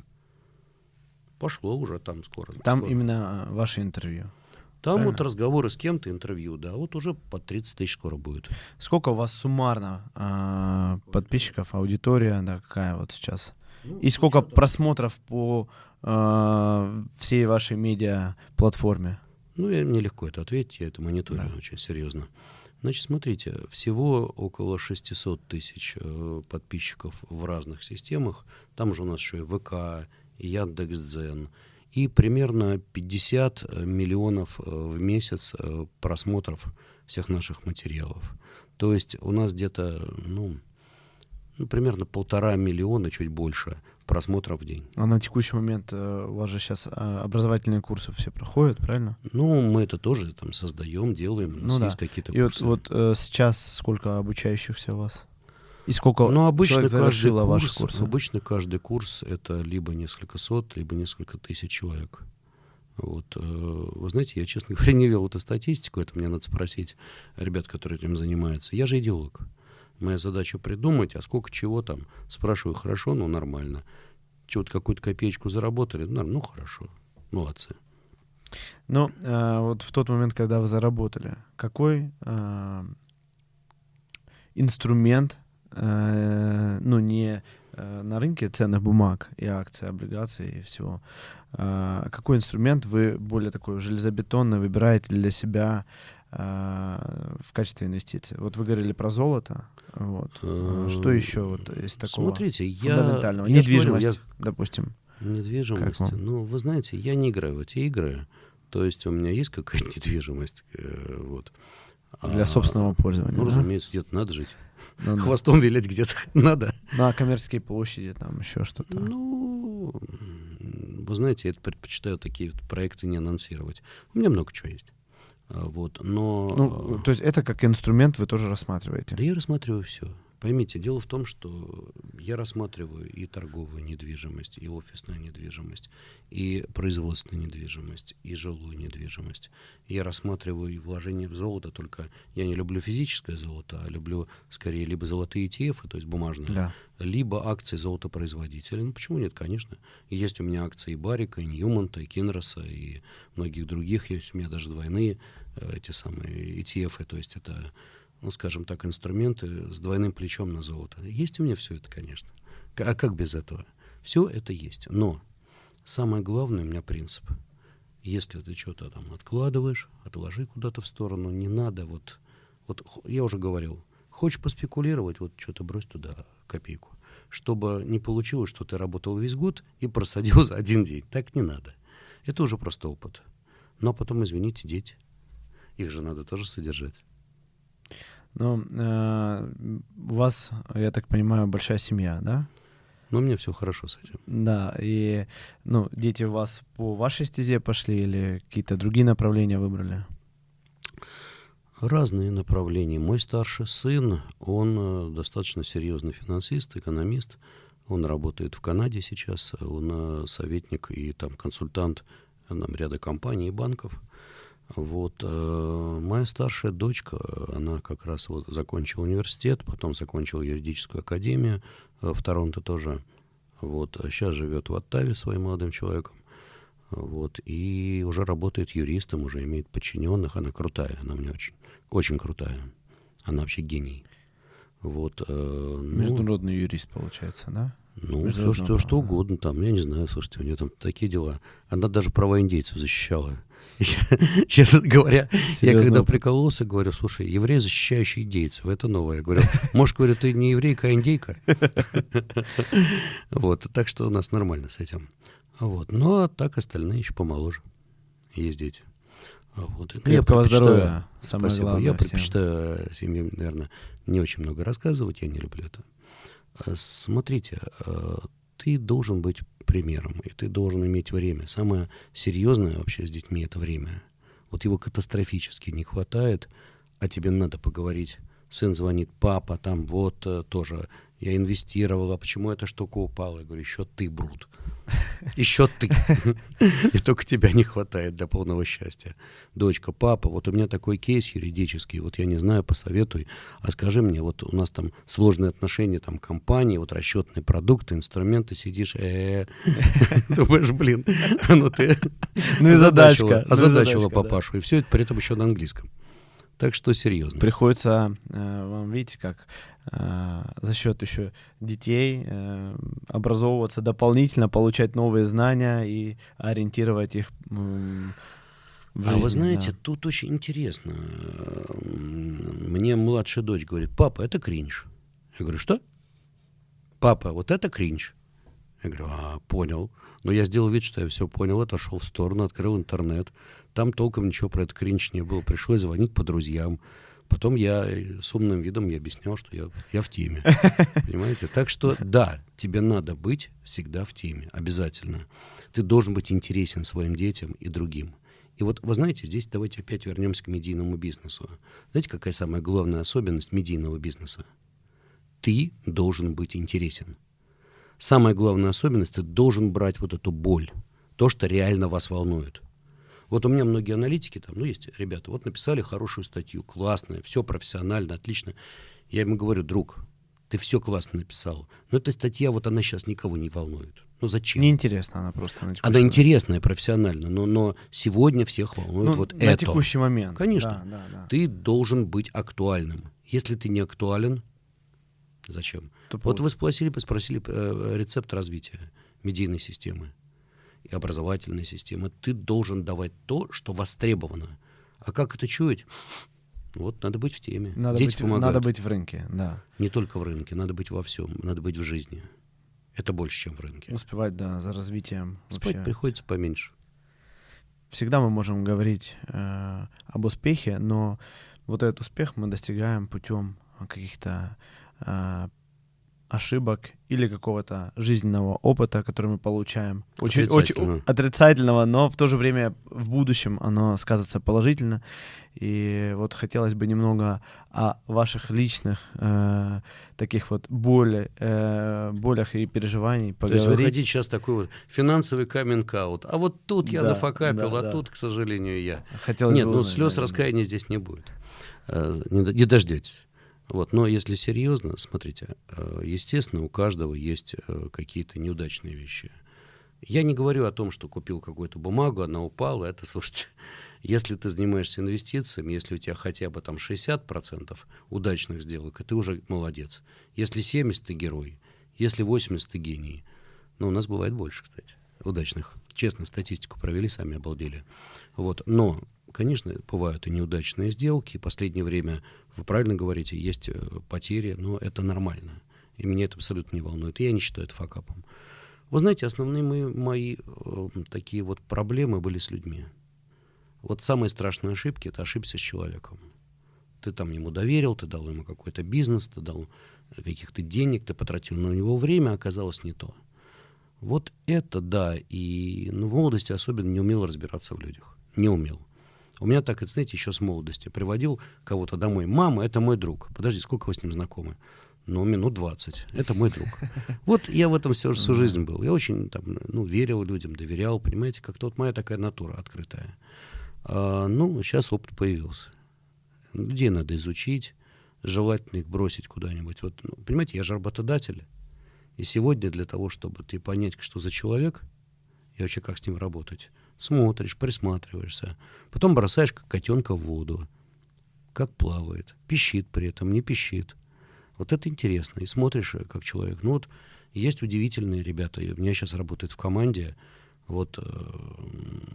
Пошло уже там скоро. Там скоро. именно ваше интервью. Там Правильно? вот разговоры с кем-то, интервью, да, вот уже по тридцать тысяч скоро будет. Сколько у вас суммарно а, подписчиков, аудитория, да, какая вот сейчас? Ну, И сколько учетом- просмотров по а, всей вашей медиа-платформе? Ну, я, мне легко это ответить, я это мониторю Да. очень серьезно. Значит, смотрите, всего около шестьсот тысяч э, подписчиков в разных системах. Там же у нас еще и ВК, и Яндекс.Дзен. И примерно пятьдесят миллионов э, в месяц э, просмотров всех наших материалов. То есть у нас где-то, ну, ну, примерно полтора миллиона, чуть больше просмотров в день. А на текущий момент э, у вас же сейчас а, образовательные курсы все проходят, правильно? Ну, мы это тоже там создаем, делаем, у нас Ну да. есть какие-то И вот, курсы. вот э, сейчас сколько обучающихся у вас? И сколько Ну, обычно человек каждый завершило ваши курс, курсы? обычно каждый курс это либо несколько сот, либо несколько тысяч человек. Вот, э, вы знаете, я, честно говоря, не вел эту статистику, это мне надо спросить ребят, которые этим занимаются. Я же идеолог. Моя задача придумать, а сколько чего там. Спрашиваю, хорошо, ну нормально. Чего-то какую-то копеечку заработали, ну, ну хорошо, молодцы. Ну, э, вот в тот момент, когда вы заработали, какой э, инструмент, э, ну, не э, на рынке ценных бумаг и акций, облигаций и всего, э, какой инструмент вы более такой железобетонный выбираете для себя э, в качестве инвестиций? Вот вы говорили про золото, вот. Э, Что еще вот из такого Смотрите, я, фундаментального? я же говорю, Недвижимость, я- допустим. Недвижимость. Как вам? Ну, вы знаете, я не играю в эти игры. То есть у меня есть какая-то недвижимость. э, вот. Для А, собственного пользования, Ну, да? разумеется, где-то надо жить. Ну, да. Хвостом вилять где-то надо. На коммерческие площади, там еще что-то. Ну, вы знаете, я предпочитаю такие вот проекты не анонсировать. У меня много чего есть. А, Вот, но... Ну, то есть это как инструмент вы тоже рассматриваете? Да я рассматриваю все. Поймите, дело в том, что я рассматриваю и торговую недвижимость, и офисную недвижимость, и производственную недвижимость, и жилую недвижимость. Я рассматриваю и вложения в золото, только я не люблю физическое золото, а люблю скорее либо золотые и ти эф, то есть бумажные, Да. либо акции золотопроизводителей. Ну, почему нет, конечно. Есть у меня акции и Баррика, и Ньюмонта, и Кинроса, и многих других. Есть у меня даже двойные э, эти самые и ти эф, то есть это... ну, скажем так, инструменты с двойным плечом на золото. Есть у меня все это, конечно. К- А как без этого? Все это есть. Но самое главное у меня принцип. Если ты что-то там откладываешь, отложи куда-то в сторону, не надо вот... Вот х- я уже говорил, хочешь поспекулировать, вот что-то брось туда копейку. Чтобы не получилось, что ты работал весь год и просадил за один день. Так не надо. Это уже просто опыт. Но потом, извините, дети. Их же надо тоже содержать. Ну, э, у вас, я так понимаю, большая семья, да? Но у меня все хорошо с этим. Да, и, ну, дети у вас по вашей стезе пошли или какие-то другие направления выбрали? Разные направления. Мой старший сын, он э, достаточно серьезный финансист, экономист. Он работает в Канаде сейчас. Он э, советник и там консультант э, нам ряда компаний и банков. Вот. э, Моя старшая дочка, она как раз вот закончила университет, потом закончила юридическую академию э, в Торонто тоже. Вот. а Сейчас живет в Оттаве своим молодым человеком. Вот, и уже работает юристом, уже имеет подчиненных. Она крутая, она мне очень, очень крутая. Она вообще гений. Вот, э, ну, Международный юрист, получается, да? Ну, все, что, что угодно там. Я не знаю, слушайте, у нее там такие дела. Она даже права индейцев защищала. Я, честно говоря, Серьезно? Я когда прикололся, говорю, слушай, еврей, защищающий индейцев, это новое. Я говорю, может, говорю, ты не еврейка, а индейка? Вот, так что у нас нормально с этим. Вот, ну, а так остальные еще помоложе. Есть дети. Вот. Крепкого здоровья, самое спасибо. главное. Я предпочитаю о семье, наверное, не очень много рассказывать, я не люблю это. Смотрите, ты должен быть примером, и ты должен иметь время. Самое серьезное вообще с детьми — это время. Вот его катастрофически не хватает, а тебе надо поговорить. Сын звонит, папа, там вот тоже, я инвестировал, а почему эта штука упала? Я говорю, еще ты, брут. Еще ты. И только тебя не хватает для полного счастья. Дочка, папа, вот у меня такой кейс юридический, вот я не знаю, посоветуй, а скажи мне, вот у нас там сложные отношения, там компании, вот расчетные продукты, инструменты, сидишь, думаешь, блин, ну ты озадачила озадачила папашу, и все это при этом еще на английском. Так что серьезно. Приходится, э, вам видите, как э, за счет еще детей э, образовываться дополнительно, получать новые знания и ориентировать их э, в жизни. А вы знаете, да. Тут очень интересно. Мне младшая дочь говорит, папа, это кринж. Я говорю, что? Папа, вот это кринж. Я говорю, а, понял. Но я сделал вид, что я все понял, отошел в сторону, открыл интернет. Там толком ничего про это кринж не было. Пришлось звонить по друзьям. Потом я с умным видом я объяснял, что я, я в теме. Понимаете? Так что да, тебе надо быть всегда в теме. Обязательно. Ты должен быть интересен своим детям и другим. И вот, вы знаете, здесь давайте опять вернемся к медийному бизнесу. Знаете, какая самая главная особенность медийного бизнеса? Ты должен быть интересен. Самая главная особенность, ты должен брать вот эту боль, то, что реально вас волнует. Вот у меня многие аналитики, там, ну, есть ребята, вот написали хорошую статью, классная, все профессионально, отлично. Я ему говорю, друг, ты все классно написал, но эта статья, вот она сейчас никого не волнует. Ну, зачем? Неинтересна она просто. На она интересная, профессиональна, но, но сегодня всех волнует ну, вот на это. На текущий момент. Конечно. Да, да, да. Ты должен быть актуальным. Если ты не актуален, зачем? Тупо. Вот вы спросили, спросили э, рецепт развития медийной системы и образовательной системы. Ты должен давать то, что востребовано. А как это чуять? Вот надо быть в теме. Надо Дети быть, помогают. Надо быть в рынке, да. Не только в рынке, надо быть во всем. Надо быть в жизни. Это больше, чем в рынке. Успевать, да, за развитием. Спать вообще. Приходится поменьше. Всегда мы можем говорить э, об успехе, но вот этот успех мы достигаем путем каких-то э, ошибок или какого-то жизненного опыта, который мы получаем. Очень, отрицательного. очень отрицательного, но в то же время в будущем оно сказывается положительно. И вот хотелось бы немного о ваших личных э, таких вот боли, э, болях и переживаний поговорить. То есть выходить сейчас такой вот финансовый каминг-аут. А вот тут я да, нафакапил, да, а да. тут, к сожалению, я. Хотелось Нет, бы ну узнать, слез да, раскаяния здесь не будет. Не, не дождетесь. Вот. Но если серьезно, смотрите, естественно, у каждого есть какие-то неудачные вещи. Я не говорю о том, что купил какую-то бумагу, она упала. Это, слушайте, если ты занимаешься инвестициями, если у тебя хотя бы там шестьдесят процентов удачных сделок, ты уже молодец. Если семьдесят процентов, ты герой. Если восемьдесят процентов, ты гений. Но у нас бывает больше, кстати, удачных. Честно, статистику провели, сами обалдели. Вот. Но, конечно, бывают и неудачные сделки. В последнее время, вы правильно говорите, есть потери, но это нормально. И меня это абсолютно не волнует. И я не считаю это факапом. Вы знаете, основные мои, мои э, такие вот проблемы были с людьми. Вот самые страшные ошибки — это ошибся с человеком. Ты там ему доверил, ты дал ему какой-то бизнес, ты дал каких-то денег, ты потратил на него время, оказалось не то. Вот это да, и ну, в молодости особенно не умел разбираться в людях. Не умел. У меня так, это, знаете, еще с молодости. Приводил кого-то домой. Мама, это мой друг. Подожди, сколько вы с ним знакомы? Ну, минут двадцать. Это мой друг. Вот я в этом всю, всю жизнь был. Я очень там, ну, верил людям, доверял, понимаете, как-то вот моя такая натура открытая. А, ну, сейчас опыт появился. Людей надо изучить, желательно их бросить куда-нибудь. Вот, ну, понимаете, я же работодатель. И сегодня для того, чтобы ты понять, что за человек, и вообще как с ним работать, смотришь, присматриваешься, потом бросаешь как котенка в воду, как плавает, пищит при этом, не пищит. Вот это интересно. И смотришь, как человек. Ну вот есть удивительные ребята. У меня сейчас работает в команде. Вот э,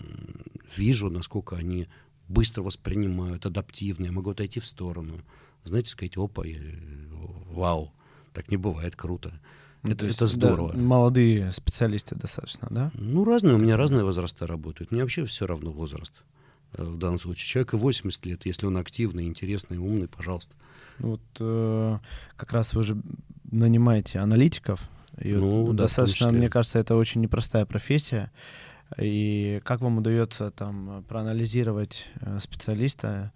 вижу, насколько они быстро воспринимают, адаптивные, могу отойти в сторону. Знаете, сказать, опа, и, вау, так не бывает, круто. Ну, это, есть, это здорово. Да, молодые специалисты достаточно, да? Ну, разные, у меня разные возраста работают. Мне вообще все равно возраст. В данном случае человеку восемьдесят лет, если он активный, интересный, умный, пожалуйста. Вот э, как раз вы же нанимаете аналитиков. И ну, вот, да, достаточно, мне кажется, это очень непростая профессия. И как вам удается там проанализировать специалиста,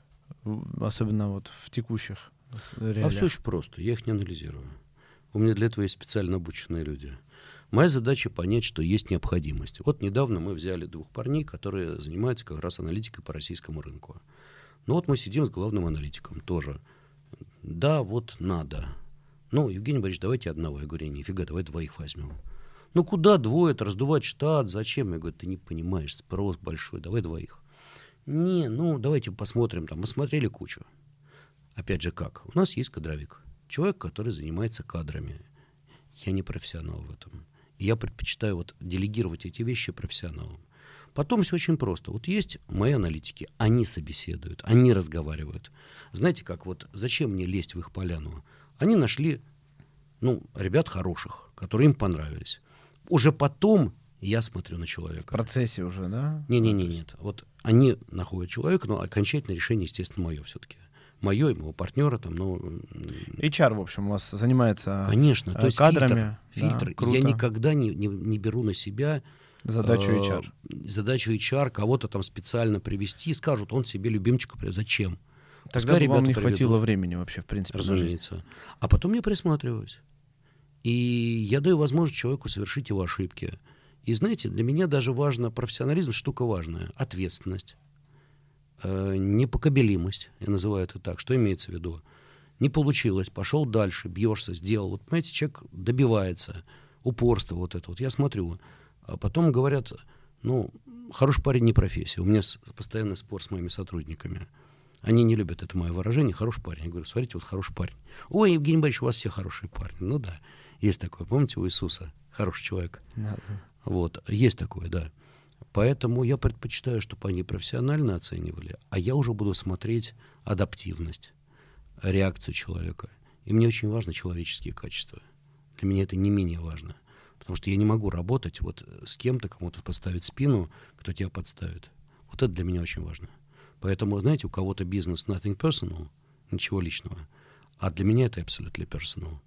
особенно вот в текущих реалиях? А все очень просто, я их не анализирую. У меня для этого есть специально обученные люди. Моя задача понять, что есть необходимость. Вот недавно мы взяли двух парней, которые занимаются как раз аналитикой по российскому рынку. Ну вот мы сидим с главным аналитиком тоже. Да, вот надо. Ну, Евгений Борисович, давайте одного. Я говорю, нифига, давай двоих возьмем. Ну куда двое-то, раздувать штат, зачем? Я говорю, ты не понимаешь, спрос большой, давай двоих. Не, ну давайте посмотрим, там, мы смотрели кучу. Опять же как? У нас есть кадровик. Человек, который занимается кадрами. Я не профессионал в этом. И я предпочитаю вот делегировать эти вещи профессионалам. Потом все очень просто. Вот есть мои аналитики, они собеседуют, они разговаривают. Знаете как, вот зачем мне лезть в их поляну? Они нашли, ну, ребят хороших, которые им понравились. Уже потом я смотрю на человека. В процессе уже, да? Не-не-не, нет. Вот они находят человека, но окончательное решение, естественно, мое все-таки. Мое и моего партнера там, ну... эйч ар, в общем, у вас занимается Конечно, то есть кадрами. Фильтр. Да, фильтр. Я никогда не, не, не беру на себя задачу э, эйч ар. Задачу эйч ар, кого-то там специально привести, скажут, он себе любимчика привез. Зачем? Тогда бы вам не приведут. Хватило времени вообще, в принципе, разумеется. А потом я присматриваюсь. И я даю возможность человеку совершить его ошибки. И знаете, для меня даже важно профессионализм, штука важная, ответственность. Непоколебимость, я называю это так. Что имеется в виду? Не получилось, пошел дальше, бьешься, сделал. Вот, понимаете, человек добивается, упорство вот это вот. Я смотрю, а потом говорят, ну, хороший парень не профессия. У меня постоянный спор с моими сотрудниками. Они не любят это мое выражение, хороший парень. Я говорю, смотрите, вот хороший парень. Ой, Евгений Борисович, у вас все хорошие парни. Ну да, есть такое. Помните, у Иисуса хороший человек? Да. Вот, есть такое, да. Поэтому я предпочитаю, чтобы они профессионально оценивали, а я уже буду смотреть адаптивность, реакцию человека. И мне очень важно человеческие качества. Для меня это не менее важно. Потому что я не могу работать вот с кем-то, кому-то поставить спину, кто тебя подставит. Вот это для меня очень важно. Поэтому, знаете, у кого-то бизнес nothing personal, ничего личного. А для меня это absolutely personal.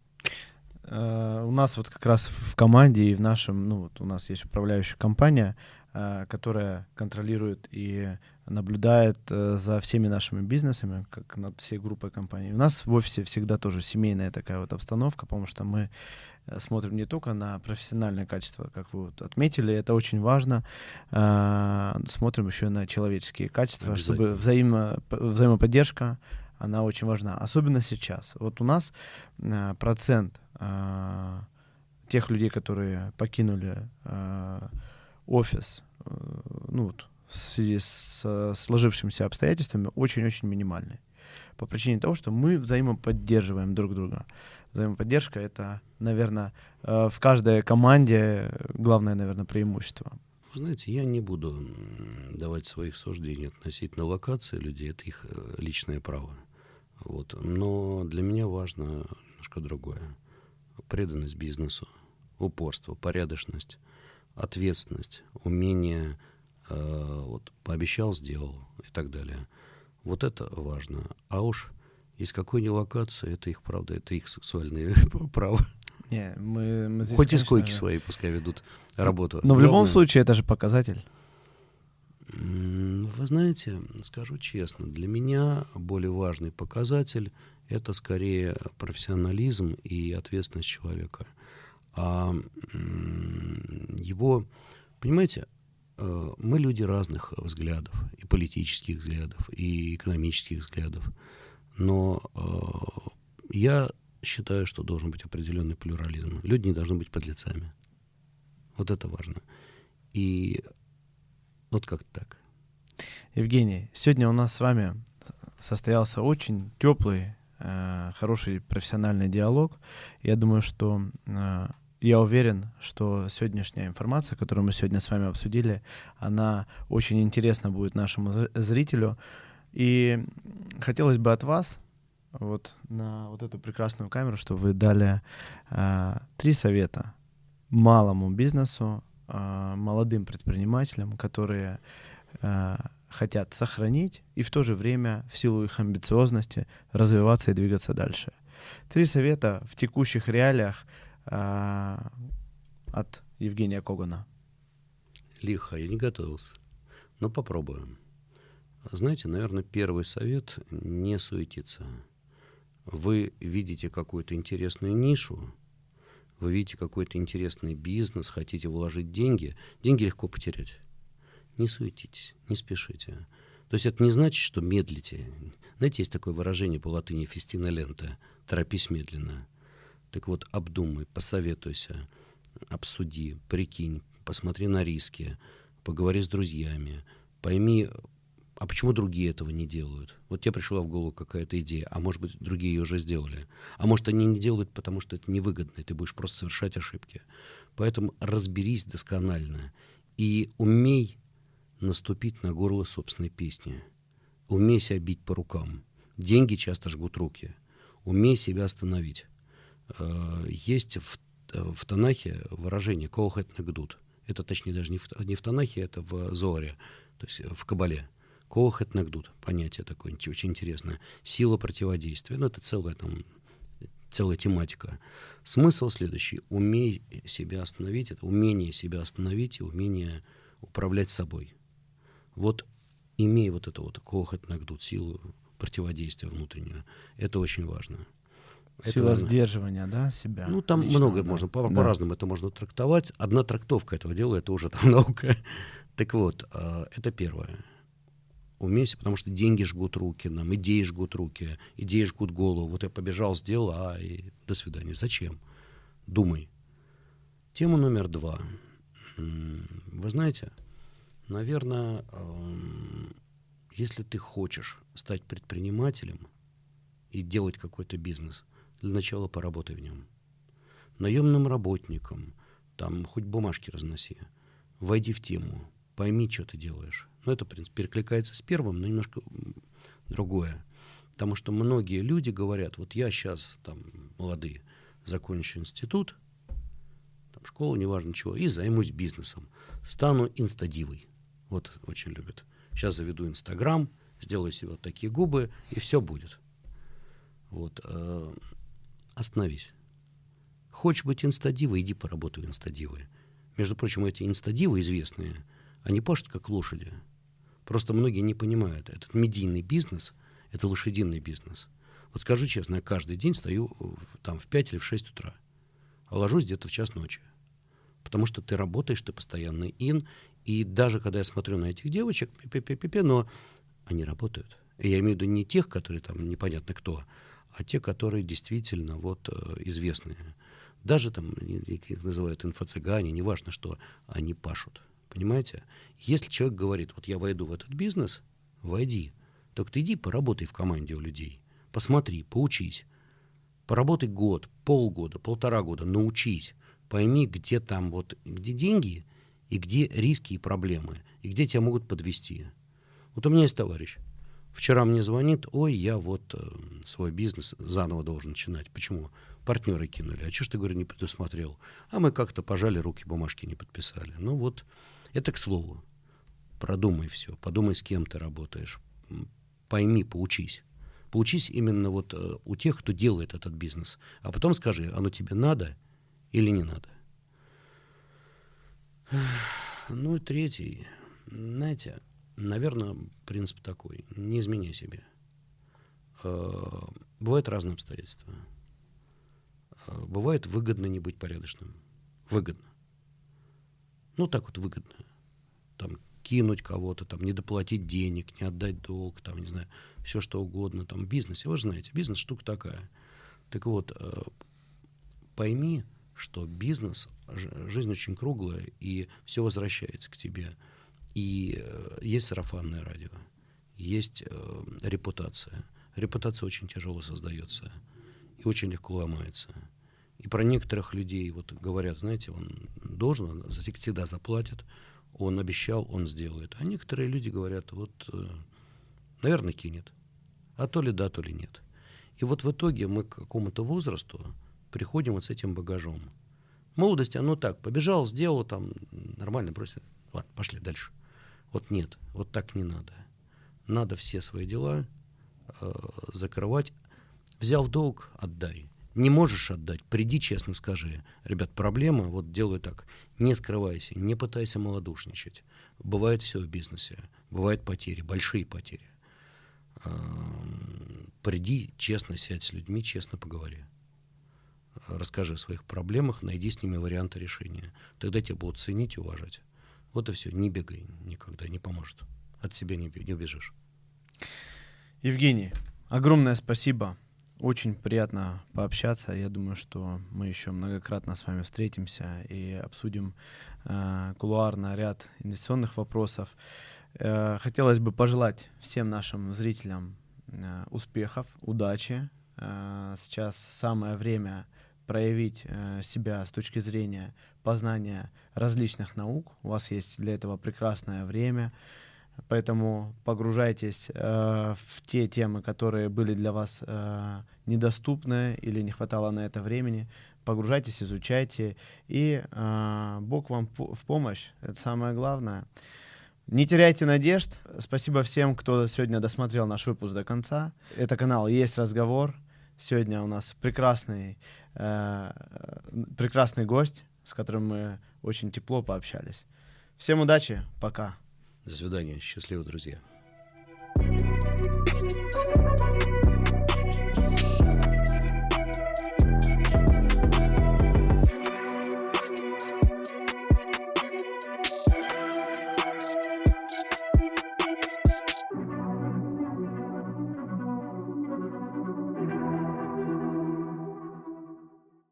Uh, у нас вот как раз в команде и в нашем, ну вот у нас есть управляющая компания, uh, которая контролирует и наблюдает uh, за всеми нашими бизнесами, как над всей группой компаний. У нас в офисе всегда тоже семейная такая вот обстановка, потому что мы смотрим не только на профессиональное качество, как вы вот отметили, это очень важно, uh, смотрим еще на человеческие качества, чтобы взаимо, взаимоподдержка, она очень важна, особенно сейчас. Вот у нас uh, процент Uh, тех людей, которые покинули uh, офис, uh, ну, вот, в связи с uh, сложившимися обстоятельствами, очень-очень минимальный. По причине того, что мы взаимоподдерживаем друг друга. Взаимоподдержка — это, наверное, uh, в каждой команде главное, наверное, преимущество. Вы знаете, я не буду давать своих суждений относительно локации людей, это их личное право. Вот. Но для меня важно немножко другое. Преданность бизнесу, упорство, порядочность, ответственность, умение, э, вот, пообещал, сделал и так далее. Вот это важно. А уж из какой ни локации, это их правда, это их сексуальное право. Не, мы, мы здесь, хоть конечно, из койки свои пускай ведут работу. Но Главное, в любом случае это же показатель. Вы знаете, скажу честно, для меня более важный показатель — это скорее профессионализм и ответственность человека. А его, понимаете, мы люди разных взглядов, и политических взглядов, и экономических взглядов. Но я считаю, что должен быть определенный плюрализм. Люди не должны быть подлецами. Вот это важно. И Вот как так. Евгений, сегодня у нас с вами состоялся очень теплый, э, хороший профессиональный диалог. Я думаю, что э, я уверен, что сегодняшняя информация, которую мы сегодня с вами обсудили, она очень интересна будет нашему зрителю. И хотелось бы от вас вот на вот эту прекрасную камеру, чтобы вы дали э, три совета малому бизнесу, э, молодым предпринимателям, которые э, хотят сохранить и в то же время в силу их амбициозности развиваться и двигаться дальше. Три совета в текущих реалиях э, от Евгения Когана. Лихо, я не готовился, но попробуем. Знаете, наверное, первый совет — не суетиться. Вы видите какую-то интересную нишу, вы видите какой-то интересный бизнес, хотите вложить деньги, деньги легко потерять. Не суетитесь, не спешите. То есть это не значит, что медлите. Знаете, есть такое выражение по латыни «фестина лента» — «торопись медленно». Так вот, обдумай, посоветуйся, обсуди, прикинь, посмотри на риски, поговори с друзьями, пойми, а почему другие этого не делают? Вот тебе пришла в голову какая-то идея, а может быть, другие ее уже сделали. А может, они не делают, потому что это невыгодно, и ты будешь просто совершать ошибки. Поэтому разберись досконально и умей наступить на горло собственной песни. Умей себя бить по рукам. Деньги часто жгут руки. Умей себя остановить. Есть в, в Танахе выражение «коохет нагдут». Это, точнее, даже не в, не в Танахе, это в Зоаре, то есть в Кабале. «Коохет нагдут» — понятие такое очень интересное. Сила противодействия. Ну, это целая, там, целая тематика. Смысл следующий. Умей себя остановить. Это умение себя остановить и умение управлять собой. Вот имей вот это вот «коохет нагдут», силу противодействия внутреннего. Это очень важно. Сила это, сдерживания, да, себя? Ну, там личного, многое да. можно, по- Да. по-разному это можно трактовать. Одна трактовка этого дела — это уже там наука. Так вот, это первое. Умейся, потому что деньги жгут руки нам, идеи жгут руки, идеи жгут голову. Вот я побежал, сделал, а и до свидания. Зачем? Думай. Тема номер два. Вы знаете, наверное, если ты хочешь стать предпринимателем и делать какой-то бизнес, для начала поработай в нем. Наемным работником, там хоть бумажки разноси, войди в тему, пойми, что ты делаешь. Но это, в принципе, перекликается с первым, но немножко другое. Потому что многие люди говорят, вот я сейчас, там, молодые, закончу институт, там, школу, неважно чего, и займусь бизнесом. Стану инстадивой. Вот очень любят. Сейчас заведу Инстаграм, сделаю себе вот такие губы, и все будет. Вот. Э, остановись. Хочешь быть инстадивой, иди поработай в инстадивой. Между прочим, эти инстадивы известные, они пашут как лошади. Просто многие не понимают. Этот медийный бизнес — это лошадиный бизнес. Вот скажу честно, я каждый день стою там в пять или в шесть утра, а ложусь где-то в час ночи. Потому что ты работаешь, ты постоянно ин, и даже когда я смотрю на этих девочек, пи-пи-пи-пи, но они работают. И я имею в виду не тех, которые там непонятно кто, а те, которые действительно вот известные. Даже там их называют инфо-цыгане, неважно что, они пашут. Понимаете? Если человек говорит, вот я войду в этот бизнес, войди. Только ты иди поработай в команде у людей. Посмотри, поучись. Поработай год, полгода, полтора года, научись. Пойми, где там вот, где деньги, и где риски и проблемы, и где тебя могут подвести. Вот у меня есть товарищ. Вчера мне звонит, ой, я вот э, свой бизнес заново должен начинать. Почему? Партнеры кинули. А что ж ты, говорю, не предусмотрел? А мы как-то пожали руки, бумажки не подписали. Ну вот, это к слову. Продумай все, подумай, с кем ты работаешь. Пойми, поучись. Поучись именно вот э, у тех, кто делает этот бизнес. А потом скажи, оно тебе надо или не надо. Ну и третий. Знаете, наверное, принцип такой. Не изменяй себе. Э, бывают разные обстоятельства. Э, бывает выгодно не быть порядочным. Выгодно. Ну, так вот выгодно. Там кинуть кого-то, там, не доплатить денег, не отдать долг, там, не знаю, все что угодно, там, в бизнесе. Вы же знаете, бизнес штука такая. Так вот, э, пойми, что бизнес, жизнь очень круглая, и все возвращается к тебе. И э, есть сарафанное радио, есть э, репутация. Репутация очень тяжело создается и очень легко ломается. И про некоторых людей вот говорят, знаете, он должен, всегда заплатит, он обещал, он сделает. А некоторые люди говорят, вот, э, наверное, кинет. А то ли да, то ли нет. И вот в итоге мы к какому-то возрасту приходим вот с этим багажом. В молодости оно так, побежал, сделал, там, нормально, бросил, ладно, пошли дальше. Вот нет, вот так не надо. Надо все свои дела э, закрывать. Взял долг, отдай. Не можешь отдать, приди, честно скажи. Ребят, проблема, вот делаю так. Не скрывайся, не пытайся малодушничать. Бывает все в бизнесе. Бывают потери, большие потери. Приди, честно сядь с людьми, честно поговори. Расскажи о своих проблемах, найди с ними варианты решения. Тогда тебя будут ценить и уважать. Вот и все. Не бегай никогда, не поможет. От себя не, не убежишь. Евгений, огромное спасибо. Очень приятно пообщаться. Я думаю, что мы еще многократно с вами встретимся и обсудим э, кулуарно ряд инвестиционных вопросов. Э, хотелось бы пожелать всем нашим зрителям э, успехов, удачи. Э, сейчас самое время проявить э, себя с точки зрения познания различных наук. У вас есть для этого прекрасное время. Поэтому погружайтесь э, в те темы, которые были для вас э, недоступны или не хватало на это времени. Погружайтесь, изучайте, и э, Бог вам в помощь. Это самое главное. Не теряйте надежд. Спасибо всем, кто сегодня досмотрел наш выпуск до конца. Это канал «Есть разговор». Сегодня у нас прекрасный, э, прекрасный гость, с которым мы очень тепло пообщались. Всем удачи, пока. До свидания, счастливо, друзья.